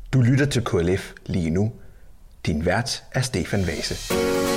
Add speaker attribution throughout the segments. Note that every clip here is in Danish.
Speaker 1: Du lytter til KLF lige nu. Din vært er Stefan Vase.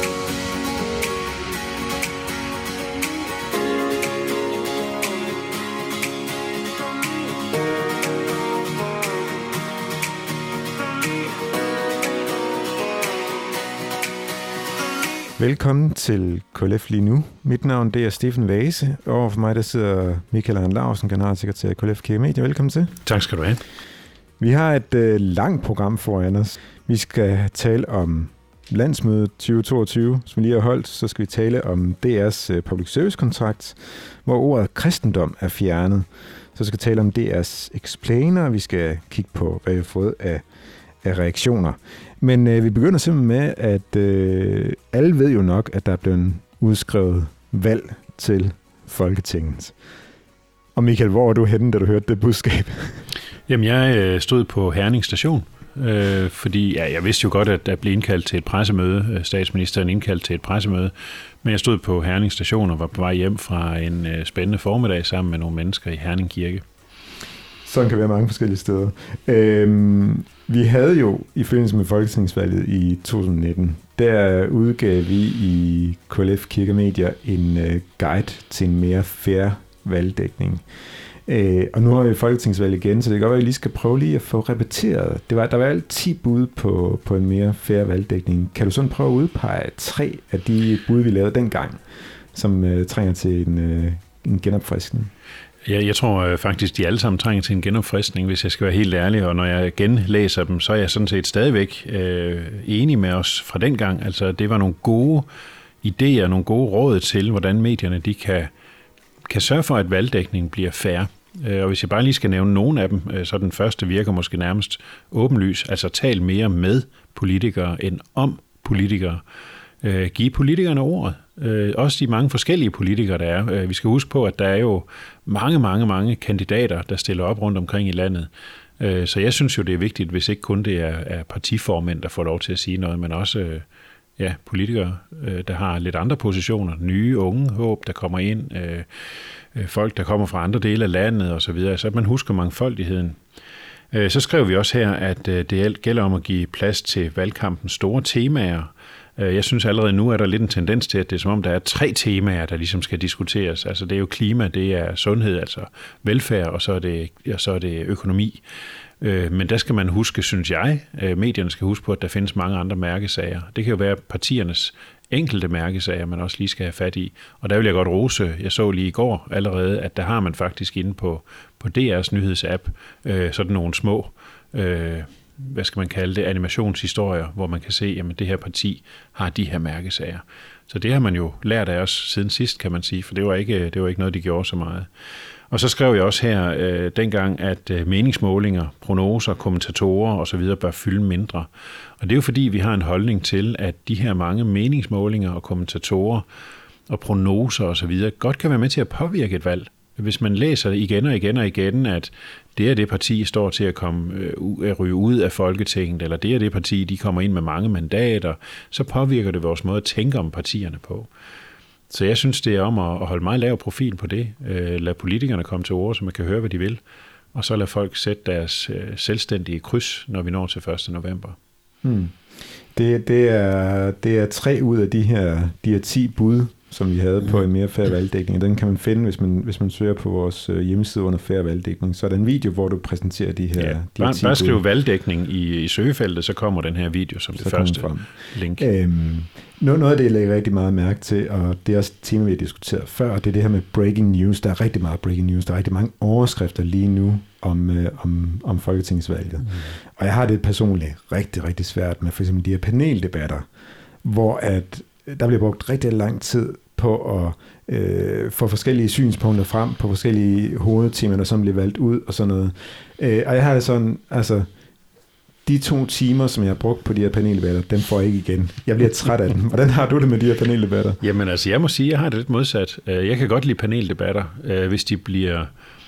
Speaker 2: Velkommen til KLF lige nu. Mit navn det er Stefan Vase, og overfor mig der sidder Michael Arne Laursen, generalsekretær i KLF Kirke Media. Velkommen til.
Speaker 3: Tak skal du have.
Speaker 2: Vi har et langt program foran os. Vi skal tale om landsmødet 2022, som vi lige har holdt. Så skal vi tale om DR's public service kontrakt, hvor ordet kristendom er fjernet. Så skal vi tale om DR's explainer. Vi skal kigge på, hvad vi har fået af reaktioner. Men vi begynder simpelthen med, at alle ved jo nok, at der er blevet udskrevet valg til Folketinget. Og Michael, hvor er du henne, da du hørte det budskab?
Speaker 3: Jamen, jeg stod på Herning Station, fordi jeg vidste jo godt, at der blev indkaldt til et pressemøde. Statsministeren indkaldt til et pressemøde. Men jeg stod på Herning Station og var på vej hjem fra en spændende formiddag sammen med nogle mennesker i Herning Kirke.
Speaker 2: Sådan kan være mange forskellige steder. Vi havde jo i forbindelse med folketingsvalget i 2019, der udgav vi i KLF Kirke Media en guide til en mere fair valgdækning. Og nu har vi folketingsvalg igen, så det kan godt være, at vi lige skal prøve lige at få repeteret. Der var alt 10 bud på en mere fair valgdækning. Kan du sådan prøve at udpege 3 af de bud, vi lavede dengang, som trænger til en genopfriskning?
Speaker 3: Ja, jeg tror faktisk, de alle sammen trænger til en genopfriskning, hvis jeg skal være helt ærlig. Og når jeg genlæser dem, så er jeg sådan set stadigvæk enig med os fra dengang. Altså, det var nogle gode idéer, nogle gode råd til, hvordan medierne de kan sørge for, at valgdækningen bliver fair. Og hvis jeg bare lige skal nævne nogle af dem, så den første virker måske nærmest åbenlys. Altså, tal mere med politikere end om politikere. Giv politikerne ordet. Også de mange forskellige politikere, der er. Vi skal huske på, at der er jo mange kandidater, der stiller op rundt omkring i landet. Så jeg synes jo, det er vigtigt, hvis ikke kun det er partiformænd, der får lov til at sige noget, men også politikere, der har lidt andre positioner. Nye, unge håb, der kommer ind. Folk, der kommer fra andre dele af landet osv. Så at man husker mangfoldigheden. Så skrev vi også her, at det gælder om at give plads til valgkampens store temaer. Jeg synes allerede nu er der lidt en tendens til, at det er som om, der er 3 temaer, der ligesom skal diskuteres. Altså det er jo klima, det er sundhed, altså velfærd, og så er det økonomi. Men der skal man huske, synes jeg, medierne skal huske på, at der findes mange andre mærkesager. Det kan jo være partiernes enkelte mærkesager, man også lige skal have fat i. Og der vil jeg godt rose, jeg så lige i går allerede, at der har man faktisk inde på DR's nyhedsapp sådan nogle små hvad skal man kalde det, animationshistorier, hvor man kan se, at det her parti har de her mærkesager. Så det har man jo lært af os siden sidst, kan man sige, for det var ikke noget, de gjorde så meget. Og så skrev jeg også her dengang, at meningsmålinger, prognoser, kommentatorer osv. bør fylde mindre. Og det er jo fordi, vi har en holdning til, at de her mange meningsmålinger og kommentatorer og prognoser osv. godt kan være med til at påvirke et valg. Hvis man læser igen og igen, at det er det parti står til at ryge ud af Folketinget, eller det er det parti, de kommer ind med mange mandater, så påvirker det vores måde at tænke om partierne på. Så jeg synes, det er om at holde meget lav profil på det. Lad politikerne komme til ord, så man kan høre, hvad de vil, og så lad folk sætte deres selvstændige kryds, når vi når til 1. november.
Speaker 2: Det er 3 ud af de her 10 bud, som vi havde på en mere fair valgdækning. Den kan man finde, hvis man søger på vores hjemmeside under fair valgdækning. Så er der en video, hvor du præsenterer de her...
Speaker 3: Bare skriv valgdækning i søgefeltet, så kommer den her video som det første link.
Speaker 2: Noget af det, jeg lægger rigtig meget mærke til, og det er også et tema, vi har diskuteret før, det er det her med breaking news. Der er rigtig meget breaking news. Der er rigtig mange overskrifter lige nu om folketingsvalget. Og jeg har det personligt rigtig, rigtig svært med for eksempel de her paneldebatter, hvor at der bliver brugt rigtig lang tid på at få forskellige synspunkter frem på forskellige hovedtemaer, som bliver valgt ud og sådan noget. Og jeg har det sådan, altså de 2 timer, som jeg har brugt på de her paneldebatter, dem får jeg ikke igen. Jeg bliver træt af dem. Hvordan har du det med de her paneldebatter?
Speaker 3: Jamen altså, jeg må sige, jeg har det lidt modsat. Jeg kan godt lide paneldebatter, hvis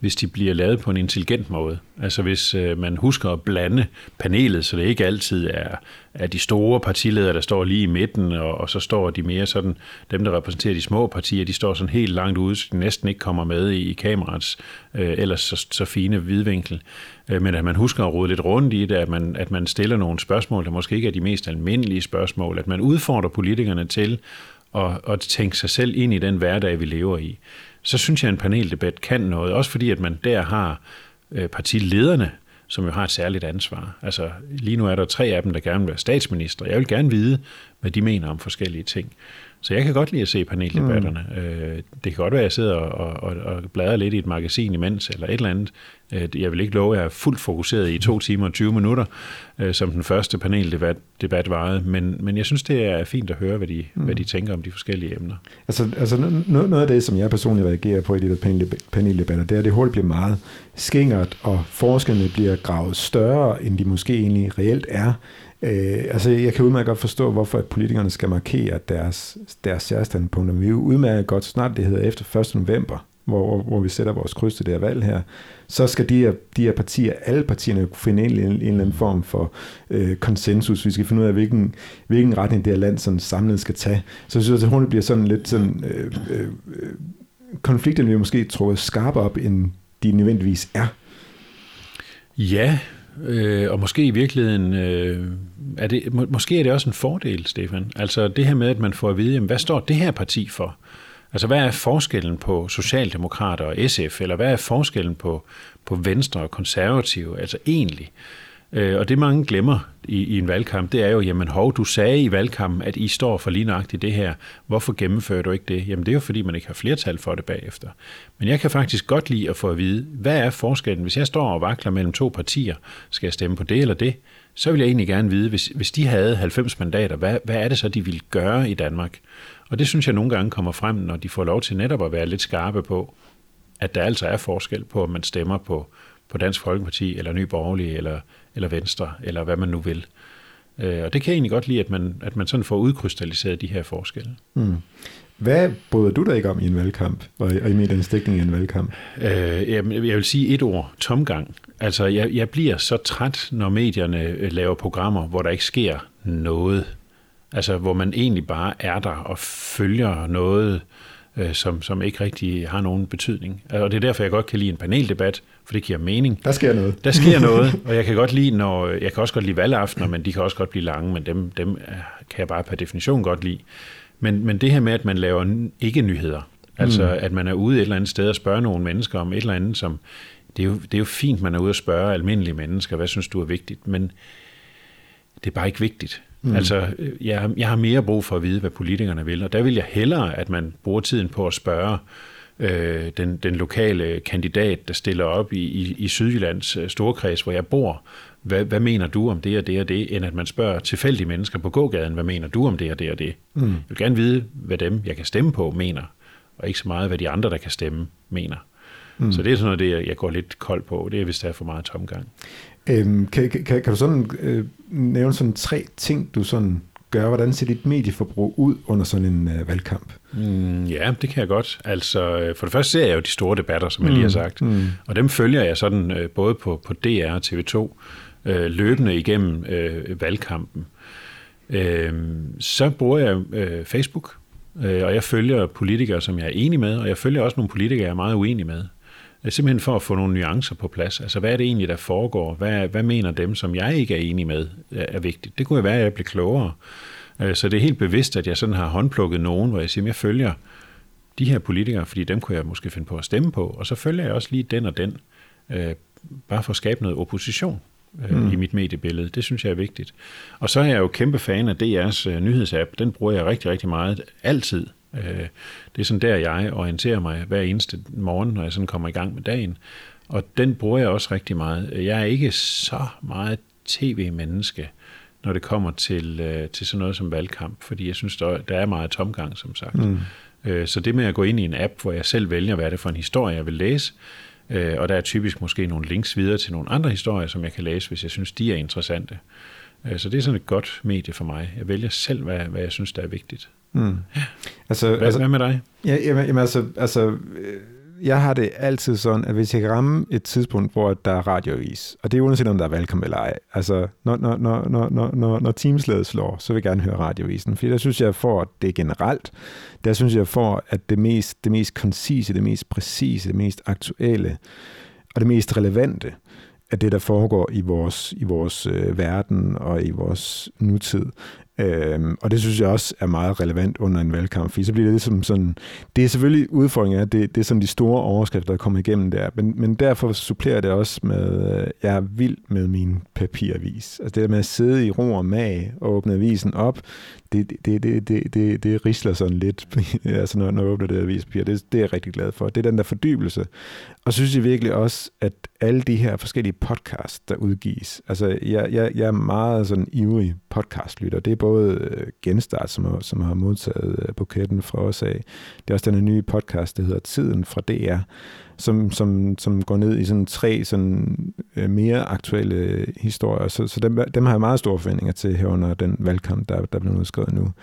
Speaker 3: hvis de bliver lavet på en intelligent måde. Altså hvis man husker at blande panelet, så det ikke altid er de store partiledere, der står lige i midten, og så står de mere sådan, dem der repræsenterer de små partier, de står sådan helt langt ude, så de næsten ikke kommer med i kameraets ellers så fine vidvinkel. Men at man husker at rode lidt rundt i det, at man stiller nogle spørgsmål, der måske ikke er de mest almindelige spørgsmål, at man udfordrer politikerne til at tænke sig selv ind i den hverdag, vi lever i. Så synes jeg, at en paneldebat kan noget, også fordi at man der har partilederne, som jo har et særligt ansvar. Altså lige nu er der 3 af dem, der gerne vil være statsminister. Jeg vil gerne vide, hvad de mener om forskellige ting. Så jeg kan godt lide at se paneldebatterne. Det kan godt være, at jeg sidder og bladrer lidt i et magasin imens, eller et eller andet. Jeg vil ikke love, at jeg er fuldt fokuseret i 2 timer og 20 minutter, som den første paneldebat varede. Men jeg synes, det er fint at høre, hvad de tænker om de forskellige emner.
Speaker 2: Altså noget af det, som jeg personligt reagerer på i de der paneldebatter, det er, at det hurtigt bliver meget skingert, og forskellene bliver gravet større, end de måske egentlig reelt er. Altså, jeg kan udmærket godt forstå, hvorfor at politikerne skal markere deres særstandpunkter. Vi er jo udmærket godt, snart det hedder efter 1. november, hvor vi sætter vores kryds til det her valg her, så skal de her partier, alle partierne, kunne finde en eller anden form for konsensus. Vi skal finde ud af, hvilken retning det her land sådan samlet skal tage. Så jeg synes, at det bliver sådan lidt sådan, konflikterne bliver måske trukket skarpere op, end de nødvendigvis er.
Speaker 3: Ja, og måske i virkeligheden måske er det også en fordel, Stefan. Altså det her med, at man får at vide, jamen, hvad står det her parti for? Altså hvad er forskellen på Socialdemokrater og SF, eller hvad er forskellen på Venstre og Konservative, altså egentlig? Og det mange glemmer i en valgkamp, det er jo, jamen du sagde i valgkampen, at I står for lige nøjagtigt det her. Hvorfor gennemfører du ikke det? Jamen det er jo fordi, man ikke har flertal for det bagefter. Men jeg kan faktisk godt lide at få at vide, hvad er forskellen? Hvis jeg står og vakler mellem 2 partier, skal jeg stemme på det eller det? Så vil jeg egentlig gerne vide, hvis de havde 90 mandater, hvad er det så, de ville gøre i Danmark? Og det synes jeg nogle gange kommer frem, når de får lov til netop at være lidt skarpe på, at der altså er forskel på, om man stemmer på Dansk Folkeparti, eller Ny Borgerlige, eller Venstre, eller hvad man nu vil. Og det kan jeg egentlig godt lide, at man sådan får udkrystalliseret de her forskelle.
Speaker 2: Hvad bryder du dig ikke om i en valgkamp, og i mediernes dækning i en valgkamp?
Speaker 3: Jeg vil sige et ord, tomgang. Altså, jeg bliver så træt, når medierne laver programmer, hvor der ikke sker noget. Altså, hvor man egentlig bare er der og følger noget, som ikke rigtig har nogen betydning. Og det er derfor, jeg godt kan lide en paneldebat, for det giver mening.
Speaker 2: Der sker noget.
Speaker 3: Der sker noget, og jeg kan godt lide, jeg kan også godt lide valgaftener, men de kan også godt blive lange, men dem kan jeg bare per definition godt lide. Men det her med, at man laver ikke nyheder, altså at man er ude et eller andet sted og spørger nogle mennesker om et eller andet, som det er jo fint, man er ude og spørge almindelige mennesker, hvad synes du er vigtigt, men det er bare ikke vigtigt. Altså, jeg har mere brug for at vide, hvad politikerne vil, og der vil jeg hellere, at man bruger tiden på at spørge den lokale kandidat, der stiller op i Sydjyllands storkreds, hvor jeg bor, hvad mener du om det og det og det, end at man spørger tilfældige mennesker på gågaden, hvad mener du om det og det og det. Jeg vil gerne vide, hvad dem, jeg kan stemme på, mener, og ikke så meget, hvad de andre, der kan stemme, mener. Så det er sådan noget, det jeg går lidt kold på. Det er, hvis der er for meget tomgang.
Speaker 2: Kan du sådan nævne sådan 3 ting, du sådan gør? Hvordan ser dit medieforbrug ud under sådan en valgkamp?
Speaker 3: Ja, det kan jeg godt. Altså, for det første ser jeg jo de store debatter, som jeg lige har sagt. Og dem følger jeg sådan både på DR og TV2 løbende igennem valgkampen. Så bruger jeg Facebook, og jeg følger politikere, som jeg er enig med, og jeg følger også nogle politikere, jeg er meget uenig med. Simpelthen for at få nogle nuancer på plads. Altså, hvad er det egentlig, der foregår? Hvad mener dem, som jeg ikke er enig med, er vigtigt? Det kunne jo være, at jeg bliver klogere. Så det er helt bevidst, at jeg sådan har håndplukket nogen, hvor jeg siger, at jeg følger de her politikere, fordi dem kunne jeg måske finde på at stemme på, og så følger jeg også lige den og den, bare for at skabe noget opposition i mit mediebillede. Det synes jeg er vigtigt. Og så er jeg jo kæmpe fan af DR's nyhedsapp. Den bruger jeg rigtig, rigtig meget, altid. Det er sådan der, jeg orienterer mig hver eneste morgen, når jeg sådan kommer i gang med dagen. Og den bruger jeg også rigtig meget. Jeg er ikke så meget tv-menneske, når det kommer til sådan noget som valgkamp, fordi jeg synes, der er meget tomgang, som sagt. Så det med at gå ind i en app, hvor jeg selv vælger, hvad er det for en historie, jeg vil læse, og der er typisk måske nogle links videre til nogle andre historier, som jeg kan læse, hvis jeg synes, de er interessante. Så det er sådan et godt medie for mig. Jeg vælger selv, hvad jeg synes, der er vigtigt. Ja. Hvad med dig?
Speaker 2: Ja, jamen, altså, jeg har det altid sådan, at hvis jeg kan ramme et tidspunkt, hvor der er radioavis, og det er uanset om der er valgkamp eller ej, altså når teamslaget slår, så vil jeg gerne høre radioavisen, fordi der synes jeg får det generelt, der synes jeg får, at det mest koncise, det mest præcise, det mest aktuelle og det mest relevante af det, der foregår i vores verden og i vores nutid. Og det synes jeg også er meget relevant under en valgkamp, fordi så bliver det ligesom sådan, det er selvfølgelig udfordringen af, det er sådan de store overskrifter, der kommer igennem der, men derfor supplerer det også med, jeg er vild med min papiravis. Altså det der med at sidde i ro og mag og åbne avisen op, det risler sådan lidt, altså når jeg åbner det avispapir, det er jeg rigtig glad for. Det er den der fordybelse. Og så synes jeg virkelig også, at alle de her forskellige podcasts, der udgives, altså jeg er meget sådan ivrig podcastlytter. Det er både Genstart, som har modtaget buketten fra os af. Det er også den nye podcast, der hedder Tiden fra DR, som går ned i sådan 3 sådan mere aktuelle historier. Så dem har jeg meget store forventninger til her under den valgkamp, der bliver udskrevet nu.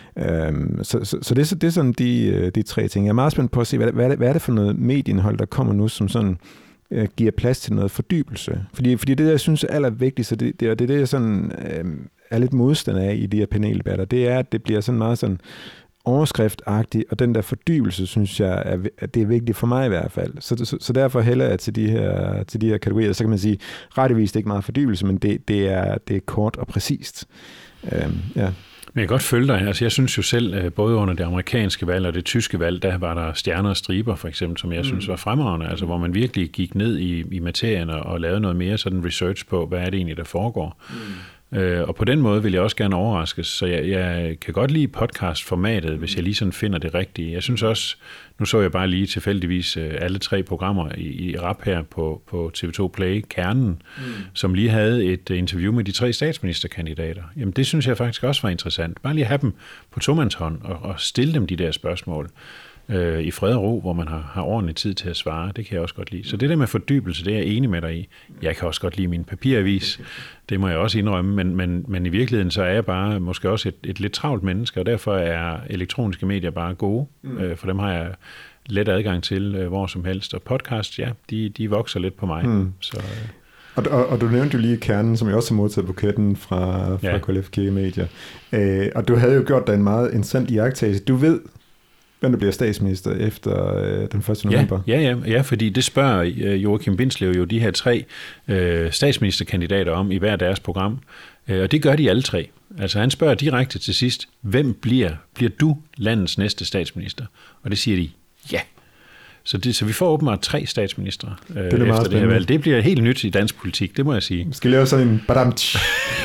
Speaker 2: Så det er sådan de 3 ting. Jeg er meget spændt på at se, hvad er det for noget medieindhold, der kommer nu, som sådan giver plads til noget fordybelse. Fordi det, jeg synes er allervigtigst, og det er det, jeg sådan er lidt modstander af i de her paneldebatter, det er, at det bliver sådan meget sådan overskriftagtigt, og den der fordybelse, synes jeg, det er vigtigt for mig i hvert fald. Så derfor hælder jeg til de her kategorier. Så kan man sige, rettevis det er ikke meget fordybelse, men det er kort og præcist. Ja.
Speaker 3: Men jeg kan godt følge dig. Altså, jeg synes jo selv, både under det amerikanske valg og det tyske valg, der var der stjerner og striber, for eksempel, som jeg synes var fremragende. Altså, hvor man virkelig gik ned i materien og lavede noget mere sådan research på, hvad er det egentlig, der foregår. Og på den måde vil jeg også gerne overraskes, så jeg kan godt lide podcastformatet, hvis jeg lige sådan finder det rigtige. Jeg synes også, nu så jeg bare lige tilfældigvis alle 3 programmer i rap her på TV2 Play, Kernen, som lige havde et interview med de 3 statsministerkandidater. Jamen det synes jeg faktisk også var interessant. Bare lige have dem på tomandshånd og stille dem de der spørgsmål i fred og ro, hvor man har ordentlig tid til at svare. Det kan jeg også godt lide. Så det der med fordybelse, det er jeg enig med dig i. Jeg kan også godt lide min papiravis. Det må jeg også indrømme, men i virkeligheden så er jeg bare måske også et lidt travlt menneske, og derfor er elektroniske medier bare gode. For dem har jeg let adgang til hvor som helst. Og podcast, ja, de vokser lidt på mig. Så,
Speaker 2: Og du nævnte jo lige Kernen, som jeg også har modtaget buketten fra KLF Kirkemedia. Og du havde jo gjort dig en meget interessant iagttagelse. Du ved, hvem der bliver statsminister efter den 1. november.
Speaker 3: Ja, fordi det spørger Joachim Bindslev jo de her 3 statsministerkandidater om i hver deres program. Og det gør de alle 3. Altså han spørger direkte til sidst, hvem bliver du landets næste statsminister? Og det siger de, ja. Så vi får åbenbart 3 statsministre efter det her valg. Det bliver helt nyt i dansk politik, det må jeg sige.
Speaker 2: Skal lave sådan en badamtsch.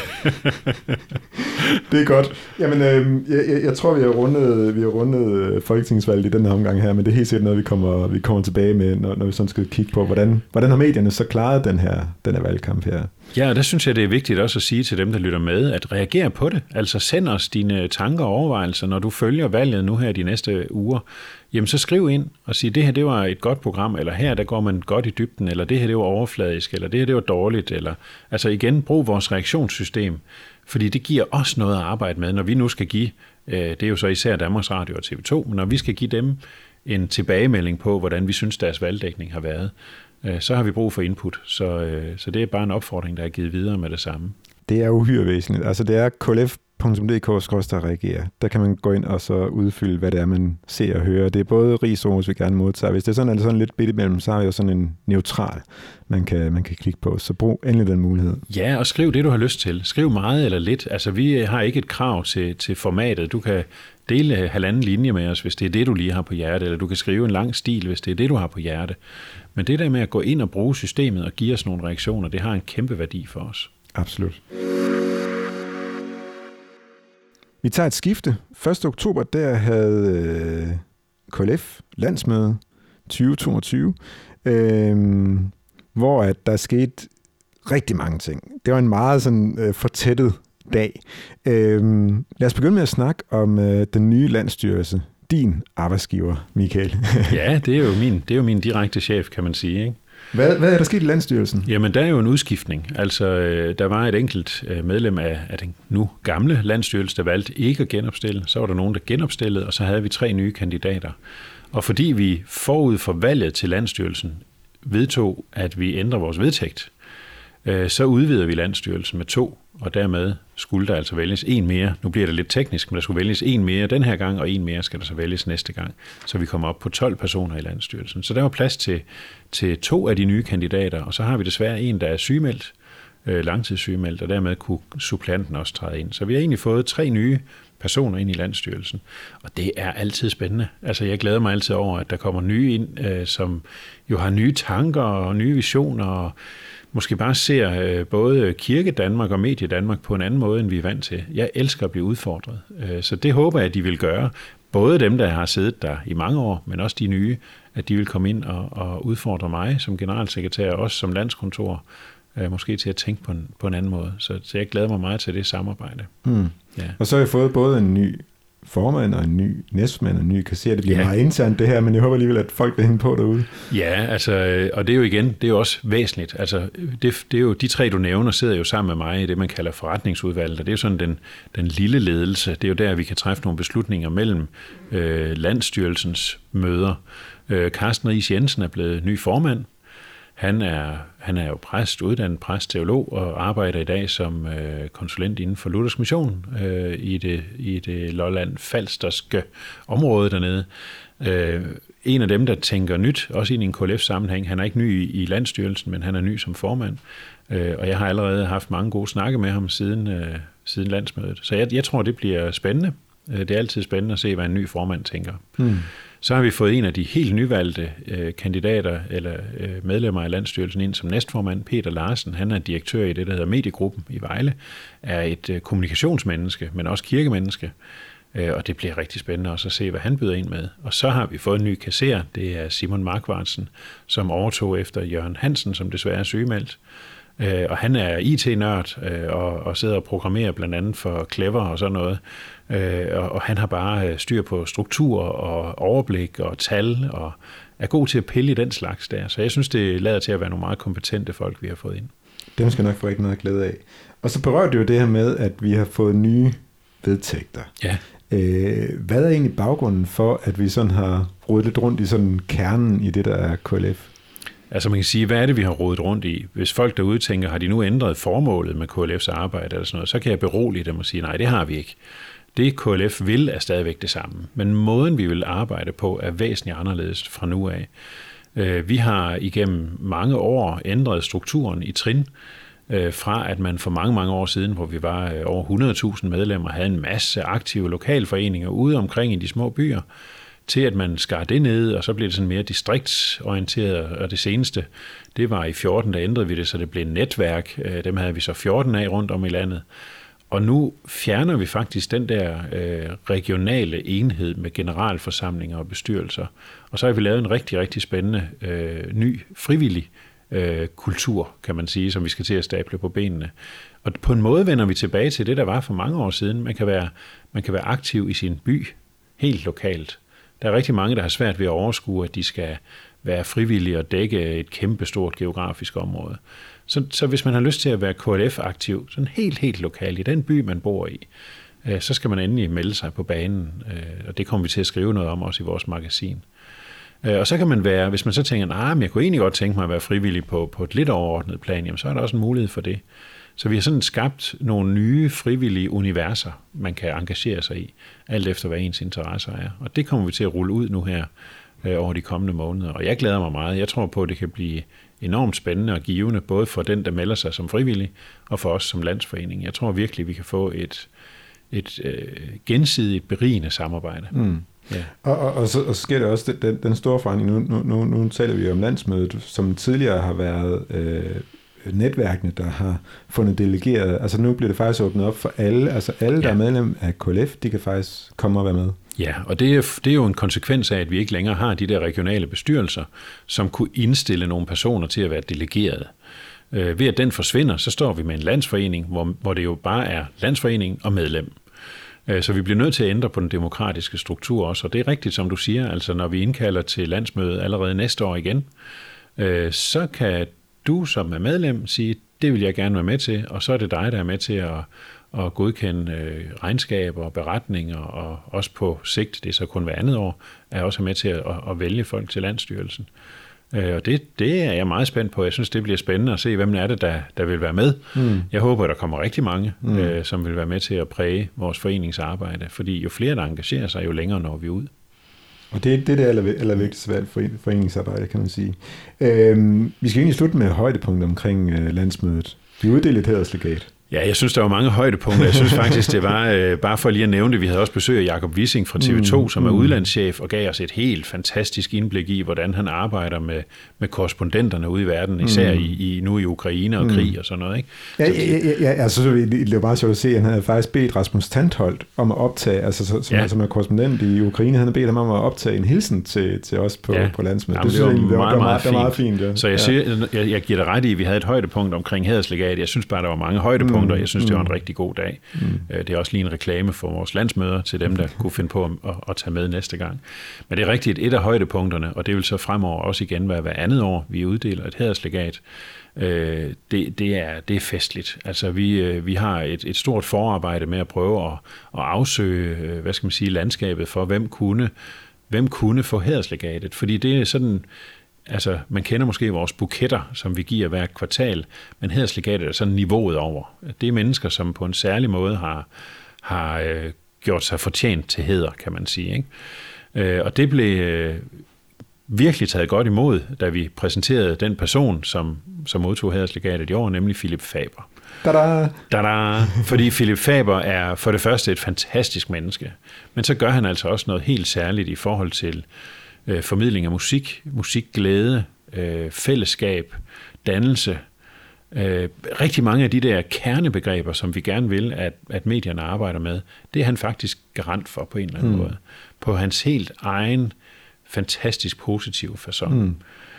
Speaker 2: Det er godt. Jamen, jeg tror, vi har rundet folketingsvalget i den her omgang her, men det er helt sikkert noget, vi kommer tilbage med, når vi sådan skal kigge på, hvordan har medierne så klaret den her valgkamp her.
Speaker 3: Ja, og der synes jeg, det er vigtigt også at sige til dem, der lytter med, at reagere på det. Altså send os dine tanker og overvejelser, når du følger valget nu her de næste uger. Jamen så skriv ind og sig, det her det var et godt program, eller her der går man godt i dybden, eller det her det var overfladisk, eller det her det var dårligt, eller altså igen, brug vores reaktionssystem, fordi det giver os noget at arbejde med, når vi nu skal give, det er jo så især Danmarks Radio og TV2, men når vi skal give dem en tilbagemelding på, hvordan vi synes, deres valgdækning har været, så har vi brug for input. Så det er bare en opfordring, der er givet videre med det samme.
Speaker 2: Det er uhyre væsentligt. Altså det er klf.dk/reagere. Der kan man gå ind og så udfylde, hvad det er, man ser og hører. Det er både ris og ros, vi gerne modtager. Hvis det er sådan, eller sådan lidt bitte imellem, så har vi jo sådan en neutral, man kan klikke på. Så brug endelig den mulighed.
Speaker 3: Ja, og skriv det, du har lyst til. Skriv meget eller lidt. Altså vi har ikke et krav til formatet. Du kan dele 1,5 linje med os, hvis det er det, du lige har på hjerte, eller du kan skrive en lang stil, hvis det er det, du har på hjerte. Men det der med at gå ind og bruge systemet og give os nogle reaktioner, det har en kæmpe værdi for os.
Speaker 2: Absolut. Vi tager et skifte. 1. oktober, der havde KLF landsmøde 2022, hvor at der skete rigtig mange ting. Det var en meget sådan fortættet dag. Lad os begynde med at snakke om den nye landsstyrelse. Din arbejdsgiver, Michael.
Speaker 3: Ja, det er jo min direkte chef, kan man sige, ikke?
Speaker 2: Hvad er der sket i Landsstyrelsen?
Speaker 3: Jamen, der er jo en udskiftning. Altså, der var et enkelt medlem af den nu gamle Landsstyrelse, der valgte ikke at genopstille. Så var der nogen, der genopstillede, og så havde vi 3 nye kandidater. Og fordi vi forud for valget til Landsstyrelsen vedtog, at vi ændrer vores vedtægt, så udvider vi Landsstyrelsen med 2, og dermed skulle der altså vælges 1 mere. Nu bliver det lidt teknisk, men der skulle vælges 1 mere den her gang, og 1 mere skal der så vælges næste gang. Så vi kommer op på 12 personer i Landsstyrelsen. Så der var plads til 2 af de nye kandidater, og så har vi desværre en, der er sygemeldt, langtidssygemeldt, og dermed kunne suppleanten også træde ind. Så vi har egentlig fået 3 nye personer ind i Landsstyrelsen, og det er altid spændende. Altså, jeg glæder mig altid over, at der kommer nye ind, som jo har nye tanker og nye visioner, og måske bare ser både Kirke Danmark og Medie Danmark på en anden måde, end vi er vant til. Jeg elsker at blive udfordret, så det håber jeg, at de vil gøre. Både dem, der har siddet der i mange år, men også de nye, at de vil komme ind og udfordre mig som generalsekretær, og også som landskontor, måske til at tænke på en anden måde. Så jeg glæder mig meget til det samarbejde. Ja.
Speaker 2: Og så har jeg fået både en ny formand og en ny næstmand og en ny kasserer. Det bliver meget internt det her, men jeg håber alligevel, at folk vil hænge på derude.
Speaker 3: Ja, altså, og det er jo igen, det er jo også væsentligt. Altså, det er jo de 3, du nævner, sidder jo sammen med mig i det, man kalder forretningsudvalget, og det er jo sådan den lille ledelse. Det er jo der, vi kan træffe nogle beslutninger mellem Landsstyrelsens møder. Carsten Riis Jensen er blevet ny formand. Han er jo præst, uddannet præst, teolog, og arbejder i dag som konsulent inden for Luthersk Mission i det Lolland-Falsterske område dernede. En af dem, der tænker nyt, også i en KLF-sammenhæng. Han er ikke ny i Landsstyrelsen, men han er ny som formand. Og jeg har allerede haft mange gode snakke med ham siden landsmødet. Så jeg tror, det bliver spændende. Det er altid spændende at se, hvad en ny formand tænker. Så har vi fået en af de helt nyvalgte kandidater eller medlemmer af Landsstyrelsen ind som næstformand, Peter Larsen. Han er direktør i det, der hedder Mediegruppen i Vejle, er et kommunikationsmenneske, men også kirkemenneske. Og det bliver rigtig spændende også at se, hvad han byder ind med. Og så har vi fået en ny kasserer, det er Simon Markvartsen, som overtog efter Jørgen Hansen, som desværre er sygemeldt. Og han er IT-nørd og sidder og programmerer blandt andet for Clever og sådan noget. Og han har bare styr på struktur og overblik og tal og er god til at pille i den slags der. Så jeg synes, det lader til at være nogle meget kompetente folk, vi har fået ind.
Speaker 2: Dem skal nok få rigtig meget glæde af. Og så berørte jo det her med, at vi har fået nye vedtægter.
Speaker 3: Ja.
Speaker 2: Hvad er egentlig baggrunden for, at vi sådan har rodet lidt rundt i sådan kernen i det, der er KLF?
Speaker 3: Altså man kan sige, hvad er det, vi har rodet rundt i? Hvis folk derude tænker, har de nu ændret formålet med KLF's arbejde eller sådan noget, så kan jeg berolige dem og sige, nej, det har vi ikke. Det KLF vil er stadigvæk det samme, men måden vi vil arbejde på er væsentligt anderledes fra nu af. Vi har igennem mange år ændret strukturen i trin, fra at man for mange, mange år siden, hvor vi var over 100.000 medlemmer, havde en masse aktive lokalforeninger ude omkring i de små byer, til at man skar det ned, og så blev det sådan mere distriktsorienteret, og det seneste, det var i 14, der ændrede vi det, så det blev et netværk. Dem havde vi så 14 af rundt om i landet. Og nu fjerner vi faktisk den der regionale enhed med generalforsamlinger og bestyrelser. Og så har vi lavet en rigtig, rigtig spændende ny frivillig kultur, kan man sige, som vi skal til at stable på benene. Og på en måde vender vi tilbage til det, der var for mange år siden. Man kan være aktiv i sin by, helt lokalt. Der er rigtig mange, der har svært ved at overskue, at de skal være frivillige og dække et kæmpestort geografisk område. Så hvis man har lyst til at være KLF-aktiv, sådan helt lokalt i den by, man bor i, så skal man endelig melde sig på banen, og det kommer vi til at skrive noget om også i vores magasin. Og så kan man være, hvis man så tænker, men jeg kunne egentlig godt tænke mig at være frivillig på et lidt overordnet plan, jamen så er der også en mulighed for det. Så vi har sådan skabt nogle nye frivillige universer, man kan engagere sig i, alt efter hvad ens interesser er. Og det kommer vi til at rulle ud nu her over de kommende måneder. Og jeg glæder mig meget. Jeg tror på, at det kan blive enormt spændende og givende, både for den, der melder sig som frivillig, og for os som landsforening. Jeg tror virkelig, vi kan få et gensidigt berigende samarbejde.
Speaker 2: Ja. Og så sker der også den store forandring. Nu taler vi om landsmødet, som tidligere har været netværkene, der har fundet delegeret. Altså nu bliver det faktisk åbnet op for alle. Altså alle, der er medlem af KLF, de kan faktisk komme og være med.
Speaker 3: Ja, og det er jo en konsekvens af, at vi ikke længere har de der regionale bestyrelser, som kunne indstille nogle personer til at være delegerede. Ved at den forsvinder, så står vi med en landsforening, hvor det jo bare er landsforening og medlem. Så vi bliver nødt til at ændre på den demokratiske struktur også, og det er rigtigt, som du siger, altså når vi indkalder til landsmødet allerede næste år igen, så kan du som er medlem sige, det vil jeg gerne være med til, og så er det dig, der er med til at godkende regnskaber og beretninger, og også på sigt, det er så kun hver andet år, er også med til at vælge folk til landsstyrelsen. Og det er jeg meget spændt på. Jeg synes, det bliver spændende at se, hvem er det, der vil være med. Jeg håber, der kommer rigtig mange, som vil være med til at præge vores foreningsarbejde, fordi jo flere, der engagerer sig, jo længere når vi ud.
Speaker 2: Og det er det allervigtigste valg for foreningsarbejde, kan man sige. Vi skal egentlig slutte med højdepunkter omkring landsmødet. Vi uddelte et hæderslegat.
Speaker 3: Ja, jeg synes, der var mange højdepunkter. Jeg synes faktisk, det var, bare for lige at nævne det, vi havde også besøg af Jakob Wissing fra TV2, som er udlandschef, og gav os et helt fantastisk indblik i, hvordan han arbejder med korrespondenterne ude i verden, især nu i Ukraine og krig og sådan noget. Ikke?
Speaker 2: Ja, altså, det var bare sjovt at se, at han havde faktisk bedt Rasmus Tantholdt om at optage, altså som er korrespondent i Ukraine, han havde bedt ham om at optage en hilsen til os på landsmødet.
Speaker 3: Det var meget fint.
Speaker 2: Ja.
Speaker 3: Så jeg giver dig ret i, at vi havde et højdepunkt omkring hæderslegat. Jeg synes bare, der var mange højdepunkter. Jeg synes, det var en rigtig god dag. Det er også lige en reklame for vores landsmøder til dem, der kunne finde på at tage med næste gang. Men det er rigtigt et af højdepunkterne, og det vil så fremover også igen være hver andet år, vi uddeler et hæderslegat. Det er festligt. Altså vi har et stort forarbejde med at prøve at afsøge, landskabet for, hvem kunne få hæderslegatet. Fordi det er sådan... Altså, man kender måske vores buketter, som vi giver hver kvartal, men hæderslegatet er sådan niveauet over. Det er mennesker, som på en særlig måde har gjort sig fortjent til hæder, kan man sige. Ikke? Og det blev virkelig taget godt imod, da vi præsenterede den person, som modtog hæderslegatet i år, nemlig Philip Faber.
Speaker 2: Tada!
Speaker 3: Fordi Philip Faber er for det første et fantastisk menneske, men så gør han altså også noget helt særligt i forhold til formidling af musikglæde, fællesskab, dannelse. Rigtig mange af de der kernebegreber, som vi gerne vil, at medierne arbejder med, det er han faktisk garant for på en eller anden måde. På hans helt egen, fantastisk positive facon.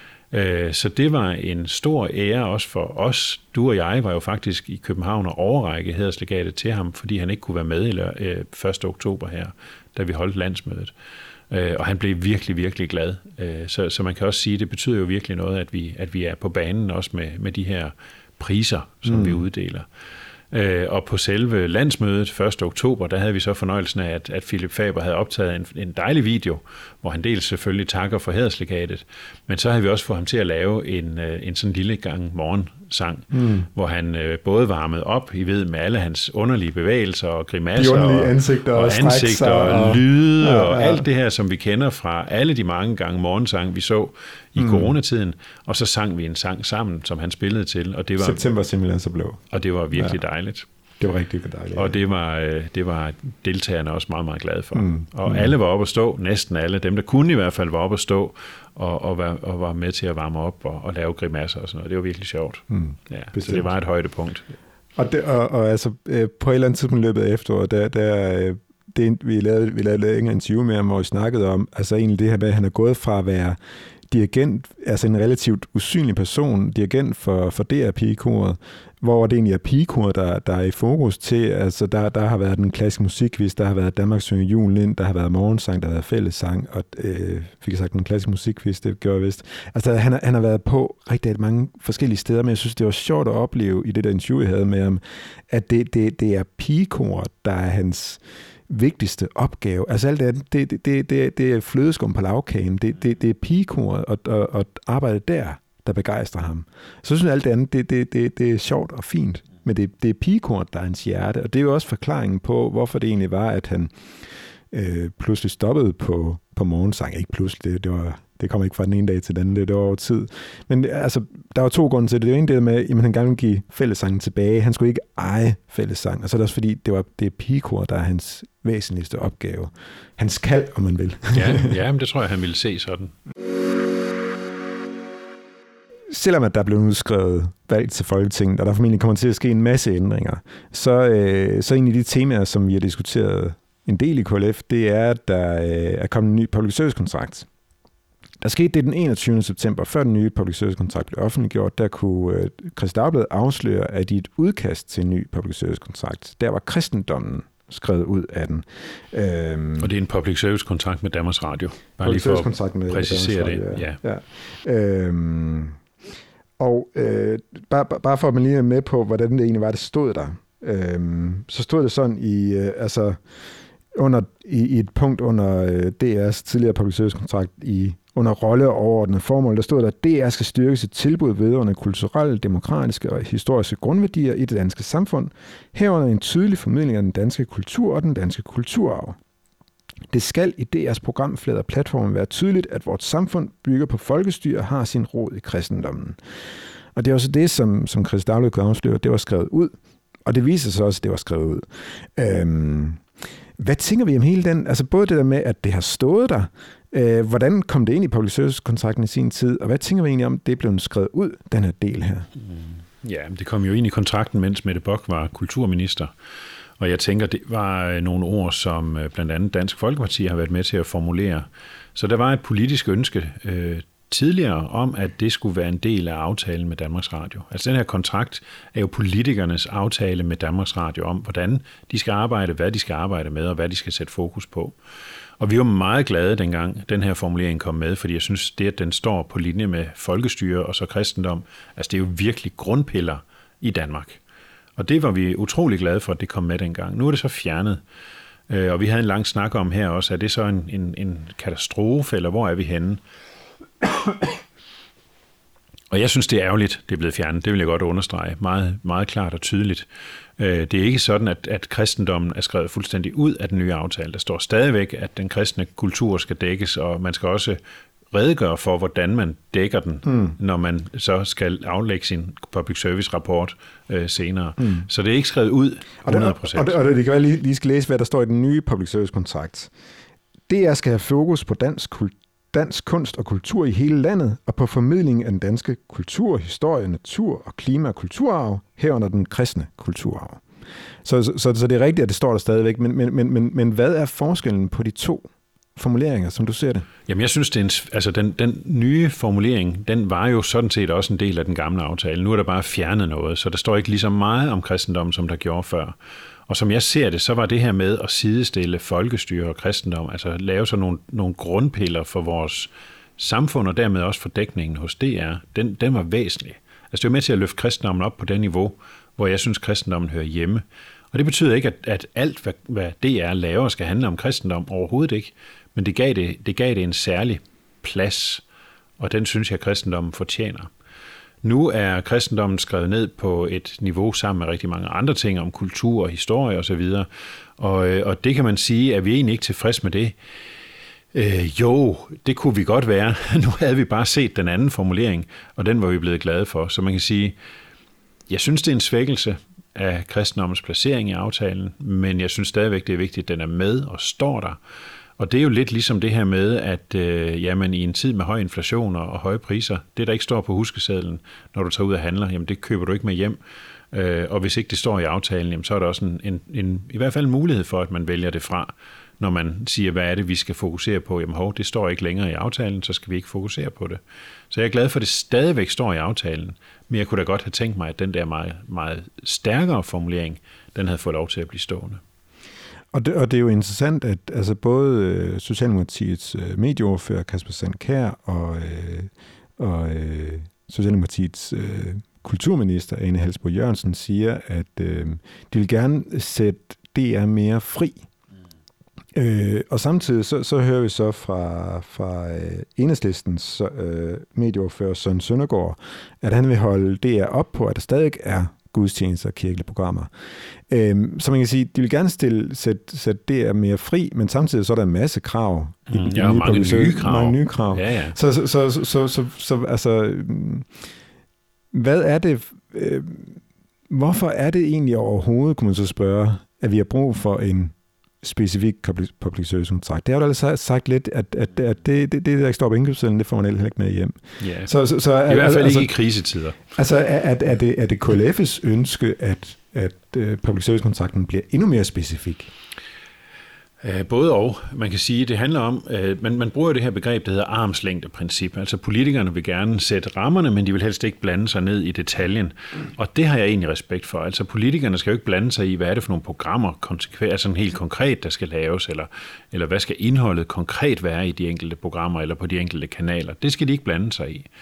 Speaker 3: Så det var en stor ære også for os. Du og jeg var jo faktisk i København og overrække hæderslegatet til ham, fordi han ikke kunne være med 1. oktober her, da vi holdt landsmødet. Og han blev virkelig, virkelig glad. Så man kan også sige, at det betyder jo virkelig noget, at vi er på banen også med de her priser, som vi uddeler. Og på selve landsmødet 1. oktober, der havde vi så fornøjelsen af, at Philip Faber havde optaget en dejlig video, hvor han dels selvfølgelig takker for hæderslegatet, men så havde vi også fået ham til at lave en sådan lille gang morgensang, hvor han både varmede op, I ved, med alle hans underlige bevægelser og grimasser
Speaker 2: og ansigter
Speaker 3: og lyde og alt det her, som vi kender fra alle de mange gange morgensang, vi så i coronatiden, og så sang vi en sang sammen, som han spillede til. Og det var,
Speaker 2: September simpelthen så blå.
Speaker 3: Og det var virkelig dejligt.
Speaker 2: Det var rigtig dejligt.
Speaker 3: Og det var deltagerne også meget, meget glade for. Og alle var oppe at stå, næsten alle. Dem, der kunne i hvert fald, var oppe at stå og var med til at varme op og lave grimasser og sådan noget. Det var virkelig sjovt. Så det var et højdepunkt.
Speaker 2: Og altså, på et eller andet tidspunkt løbet af efteråret, vi lavede en interview med ham, hvor vi snakkede om, altså egentlig det her med, at han er gået fra at være dirigent, altså en relativt usynlig person, dirigent for DR Pigekoret, hvor det egentlig er pigekoret, der er i fokus til, altså der har været den klassiske musikquiz, der har været Danmark synger julen ind, der har været morgensang, der har været fællessang, og fik jeg sagt den klassiske musikquiz, det gjorde jeg vist. Altså han har været på rigtig mange forskellige steder, men jeg synes, det var sjovt at opleve i det der interview, jeg havde med ham, at det er pigekoret, der er hans vigtigste opgave. Altså alt det er flødeskum på lavkagen. Det er pigekoret og arbejdet der begejstrer ham. Så synes jeg alt det andet, det er sjovt og fint. Men det er pigekoret, der er hans hjerte. Og det er jo også forklaringen på, hvorfor det egentlig var, at han pludselig stoppede på morgensang. Ikke pludselig, det kom ikke fra den ene dag til den anden, det var over tid. Men altså, der var to grunde til det. Det er jo en del med, at han gerne ville give fællessangen tilbage. Han skulle ikke eje fællessang. Og så er det også fordi, det er pigekoret, der er hans væsentligste opgave. Hans kald, om man vil.
Speaker 3: Ja, men det tror jeg, han ville se sådan.
Speaker 2: Selvom at der blev udskrevet valg til Folketinget, og der formentlig kommer til at ske en masse ændringer, så en af de temaer, som vi har diskuteret en del i KLF, det er, at der er kommet en ny public service kontrakt. Der skete det den 21. september, før den nye public service kontrakt blev offentliggjort. Der kunne Kristeligt Dagblad afsløre, at i et udkast til en ny public service kontrakt, der var kristendommen skrevet ud af den.
Speaker 3: Og det er en public service kontrakt med Danmarks Radio. Bare lige for at præcisere det.
Speaker 2: Ja. Og bare for at man lige er med på, hvordan det egentlig var, det stod der. Så stod det sådan i et punkt under DR's tidligere public service kontrakt under rolle og overordnede formål, der stod der, at DR skal styrke sit tilbud vedrørende kulturelle, demokratiske og historiske grundværdier i det danske samfund, herunder en tydelig formidling af den danske kultur og den danske kulturarv. Det skal i DR's programflade og platformen være tydeligt, at vores samfund bygger på folkestyre og har sin rod i kristendommen. Og det er også det, som Chris Dagblad kunne afsløre, det var skrevet ud. Og det viser sig også, at det var skrevet ud. Hvad tænker vi om hele den? Altså både det der med, at det har stået der. Hvordan kom det ind i public service-kontrakten i sin tid? Og hvad tænker vi egentlig om, det blev skrevet ud, den her del her?
Speaker 3: Ja, det kom jo ind i kontrakten, mens Mette Bock var kulturminister. Og jeg tænker, det var nogle ord, som blandt andet Dansk Folkeparti har været med til at formulere. Så der var et politisk ønske tidligere om, at det skulle være en del af aftalen med Danmarks Radio. Altså den her kontrakt er jo politikernes aftale med Danmarks Radio om, hvordan de skal arbejde, hvad de skal arbejde med, og hvad de skal sætte fokus på. Og vi var meget glade dengang, den her formulering kom med, fordi jeg synes, det, at den står på linje med folkestyre og så kristendom, altså det er jo virkelig grundpiller i Danmark. Og det var vi utrolig glade for, at det kom med dengang. Nu er det så fjernet. Og vi havde en lang snak om her også, er det så en katastrofe, eller hvor er vi henne? Og jeg synes, det er ærgerligt, det er blevet fjernet. Det vil jeg godt understrege. Meget, meget klart og tydeligt. Det er ikke sådan, at kristendommen er skrevet fuldstændig ud af den nye aftale. Der står stadigvæk, at den kristne kultur skal dækkes, og man skal også redegøre for, hvordan man dækker den, når man så skal aflægge sin public service rapport senere. Så det er ikke skrevet ud 100%.
Speaker 2: Og det kan være lige skal læse, hvad der står i den nye public service kontrakt. DR skal have fokus på dansk kunst og kultur i hele landet, og på formidling af den danske kultur, historie, natur og klima- og kulturarv, herunder den kristne kulturarv. Så det er rigtigt, at det står der stadigvæk, men hvad er forskellen på de to formuleringer, som du ser det?
Speaker 3: Jamen jeg synes, den nye formulering, den var jo sådan set også en del af den gamle aftale. Nu er der bare fjernet noget, så der står ikke lige så meget om kristendom, som der gjorde før. Og som jeg ser det, så var det her med at sidestille folkestyre og kristendom, altså lave så nogle grundpiller for vores samfund, og dermed også for dækningen hos DR, den var væsentlig. Altså det var med til at løfte kristendommen op på det niveau, hvor jeg synes, kristendommen hører hjemme. Og det betyder ikke, at alt, hvad DR laver, skal handle om kristendom, overhovedet ikke. Men det gav det en særlig plads, og den synes jeg, kristendommen fortjener. Nu er kristendommen skrevet ned på et niveau sammen med rigtig mange andre ting om kultur og historie osv. Og det kan man sige, at vi egentlig ikke tilfreds med det. Jo, det kunne vi godt være. Nu havde vi bare set den anden formulering, og den var vi blevet glade for. Så man kan sige, jeg synes, det er en svækkelse af kristendommens placering i aftalen, men jeg synes stadigvæk, det er vigtigt, at den er med og står der. Og det er jo lidt ligesom det her med, at jamen, i en tid med høj inflation og høje priser, det der ikke står på huskesedlen, når du tager ud og handler, jamen det køber du ikke med hjem. Og hvis ikke det står i aftalen, jamen, så er der også i hvert fald en mulighed for, at man vælger det fra, når man siger, hvad er det, vi skal fokusere på? Jamen det står ikke længere i aftalen, så skal vi ikke fokusere på det. Så jeg er glad for, at det stadigvæk står i aftalen, men jeg kunne da godt have tænkt mig, at den der meget, meget stærkere formulering, den havde fået lov til at blive stående.
Speaker 2: Og det er jo interessant, at altså både Socialdemokratiets medieordfører Kasper Sandkjær og Socialdemokratiets kulturminister Ane Halsboe Jørgensen siger, at de vil gerne sætte DR mere fri. Og samtidig så hører vi så fra Enhedslistens medieordfører Søren Søndergaard, at han vil holde DR op på, at der stadig er gudstjenester og kirkelige programmer. Så man kan sige, de vil gerne sætte DR mere fri, men samtidig så er der en masse krav.
Speaker 3: Mange nye krav. Ja.
Speaker 2: Så altså, hvad er det, hvorfor er det egentlig overhovedet, kunne man så spørge, at vi har brug for en specifik public service kontrakt? Det har jo altså sagt lidt, at det der ikke står på indkøbssedlen, det får man heller ikke med hjem.
Speaker 3: Ja. Så i hvert fald ikke i krisetider.
Speaker 2: Altså er det KLF's ønske, at public service kontrakten bliver endnu mere specifik?
Speaker 3: Både og. Man kan sige, det handler om, man bruger det her begreb, der hedder armslængdeprincip. Altså politikerne vil gerne sætte rammerne, men de vil helst ikke blande sig ned i detaljen. Og det har jeg egentlig respekt for. Altså politikerne skal jo ikke blande sig i, hvad er det for nogle programmer, altså helt konkret, der skal laves, eller hvad skal indholdet konkret være i de enkelte programmer, eller på de enkelte kanaler. Det skal de ikke blande sig i.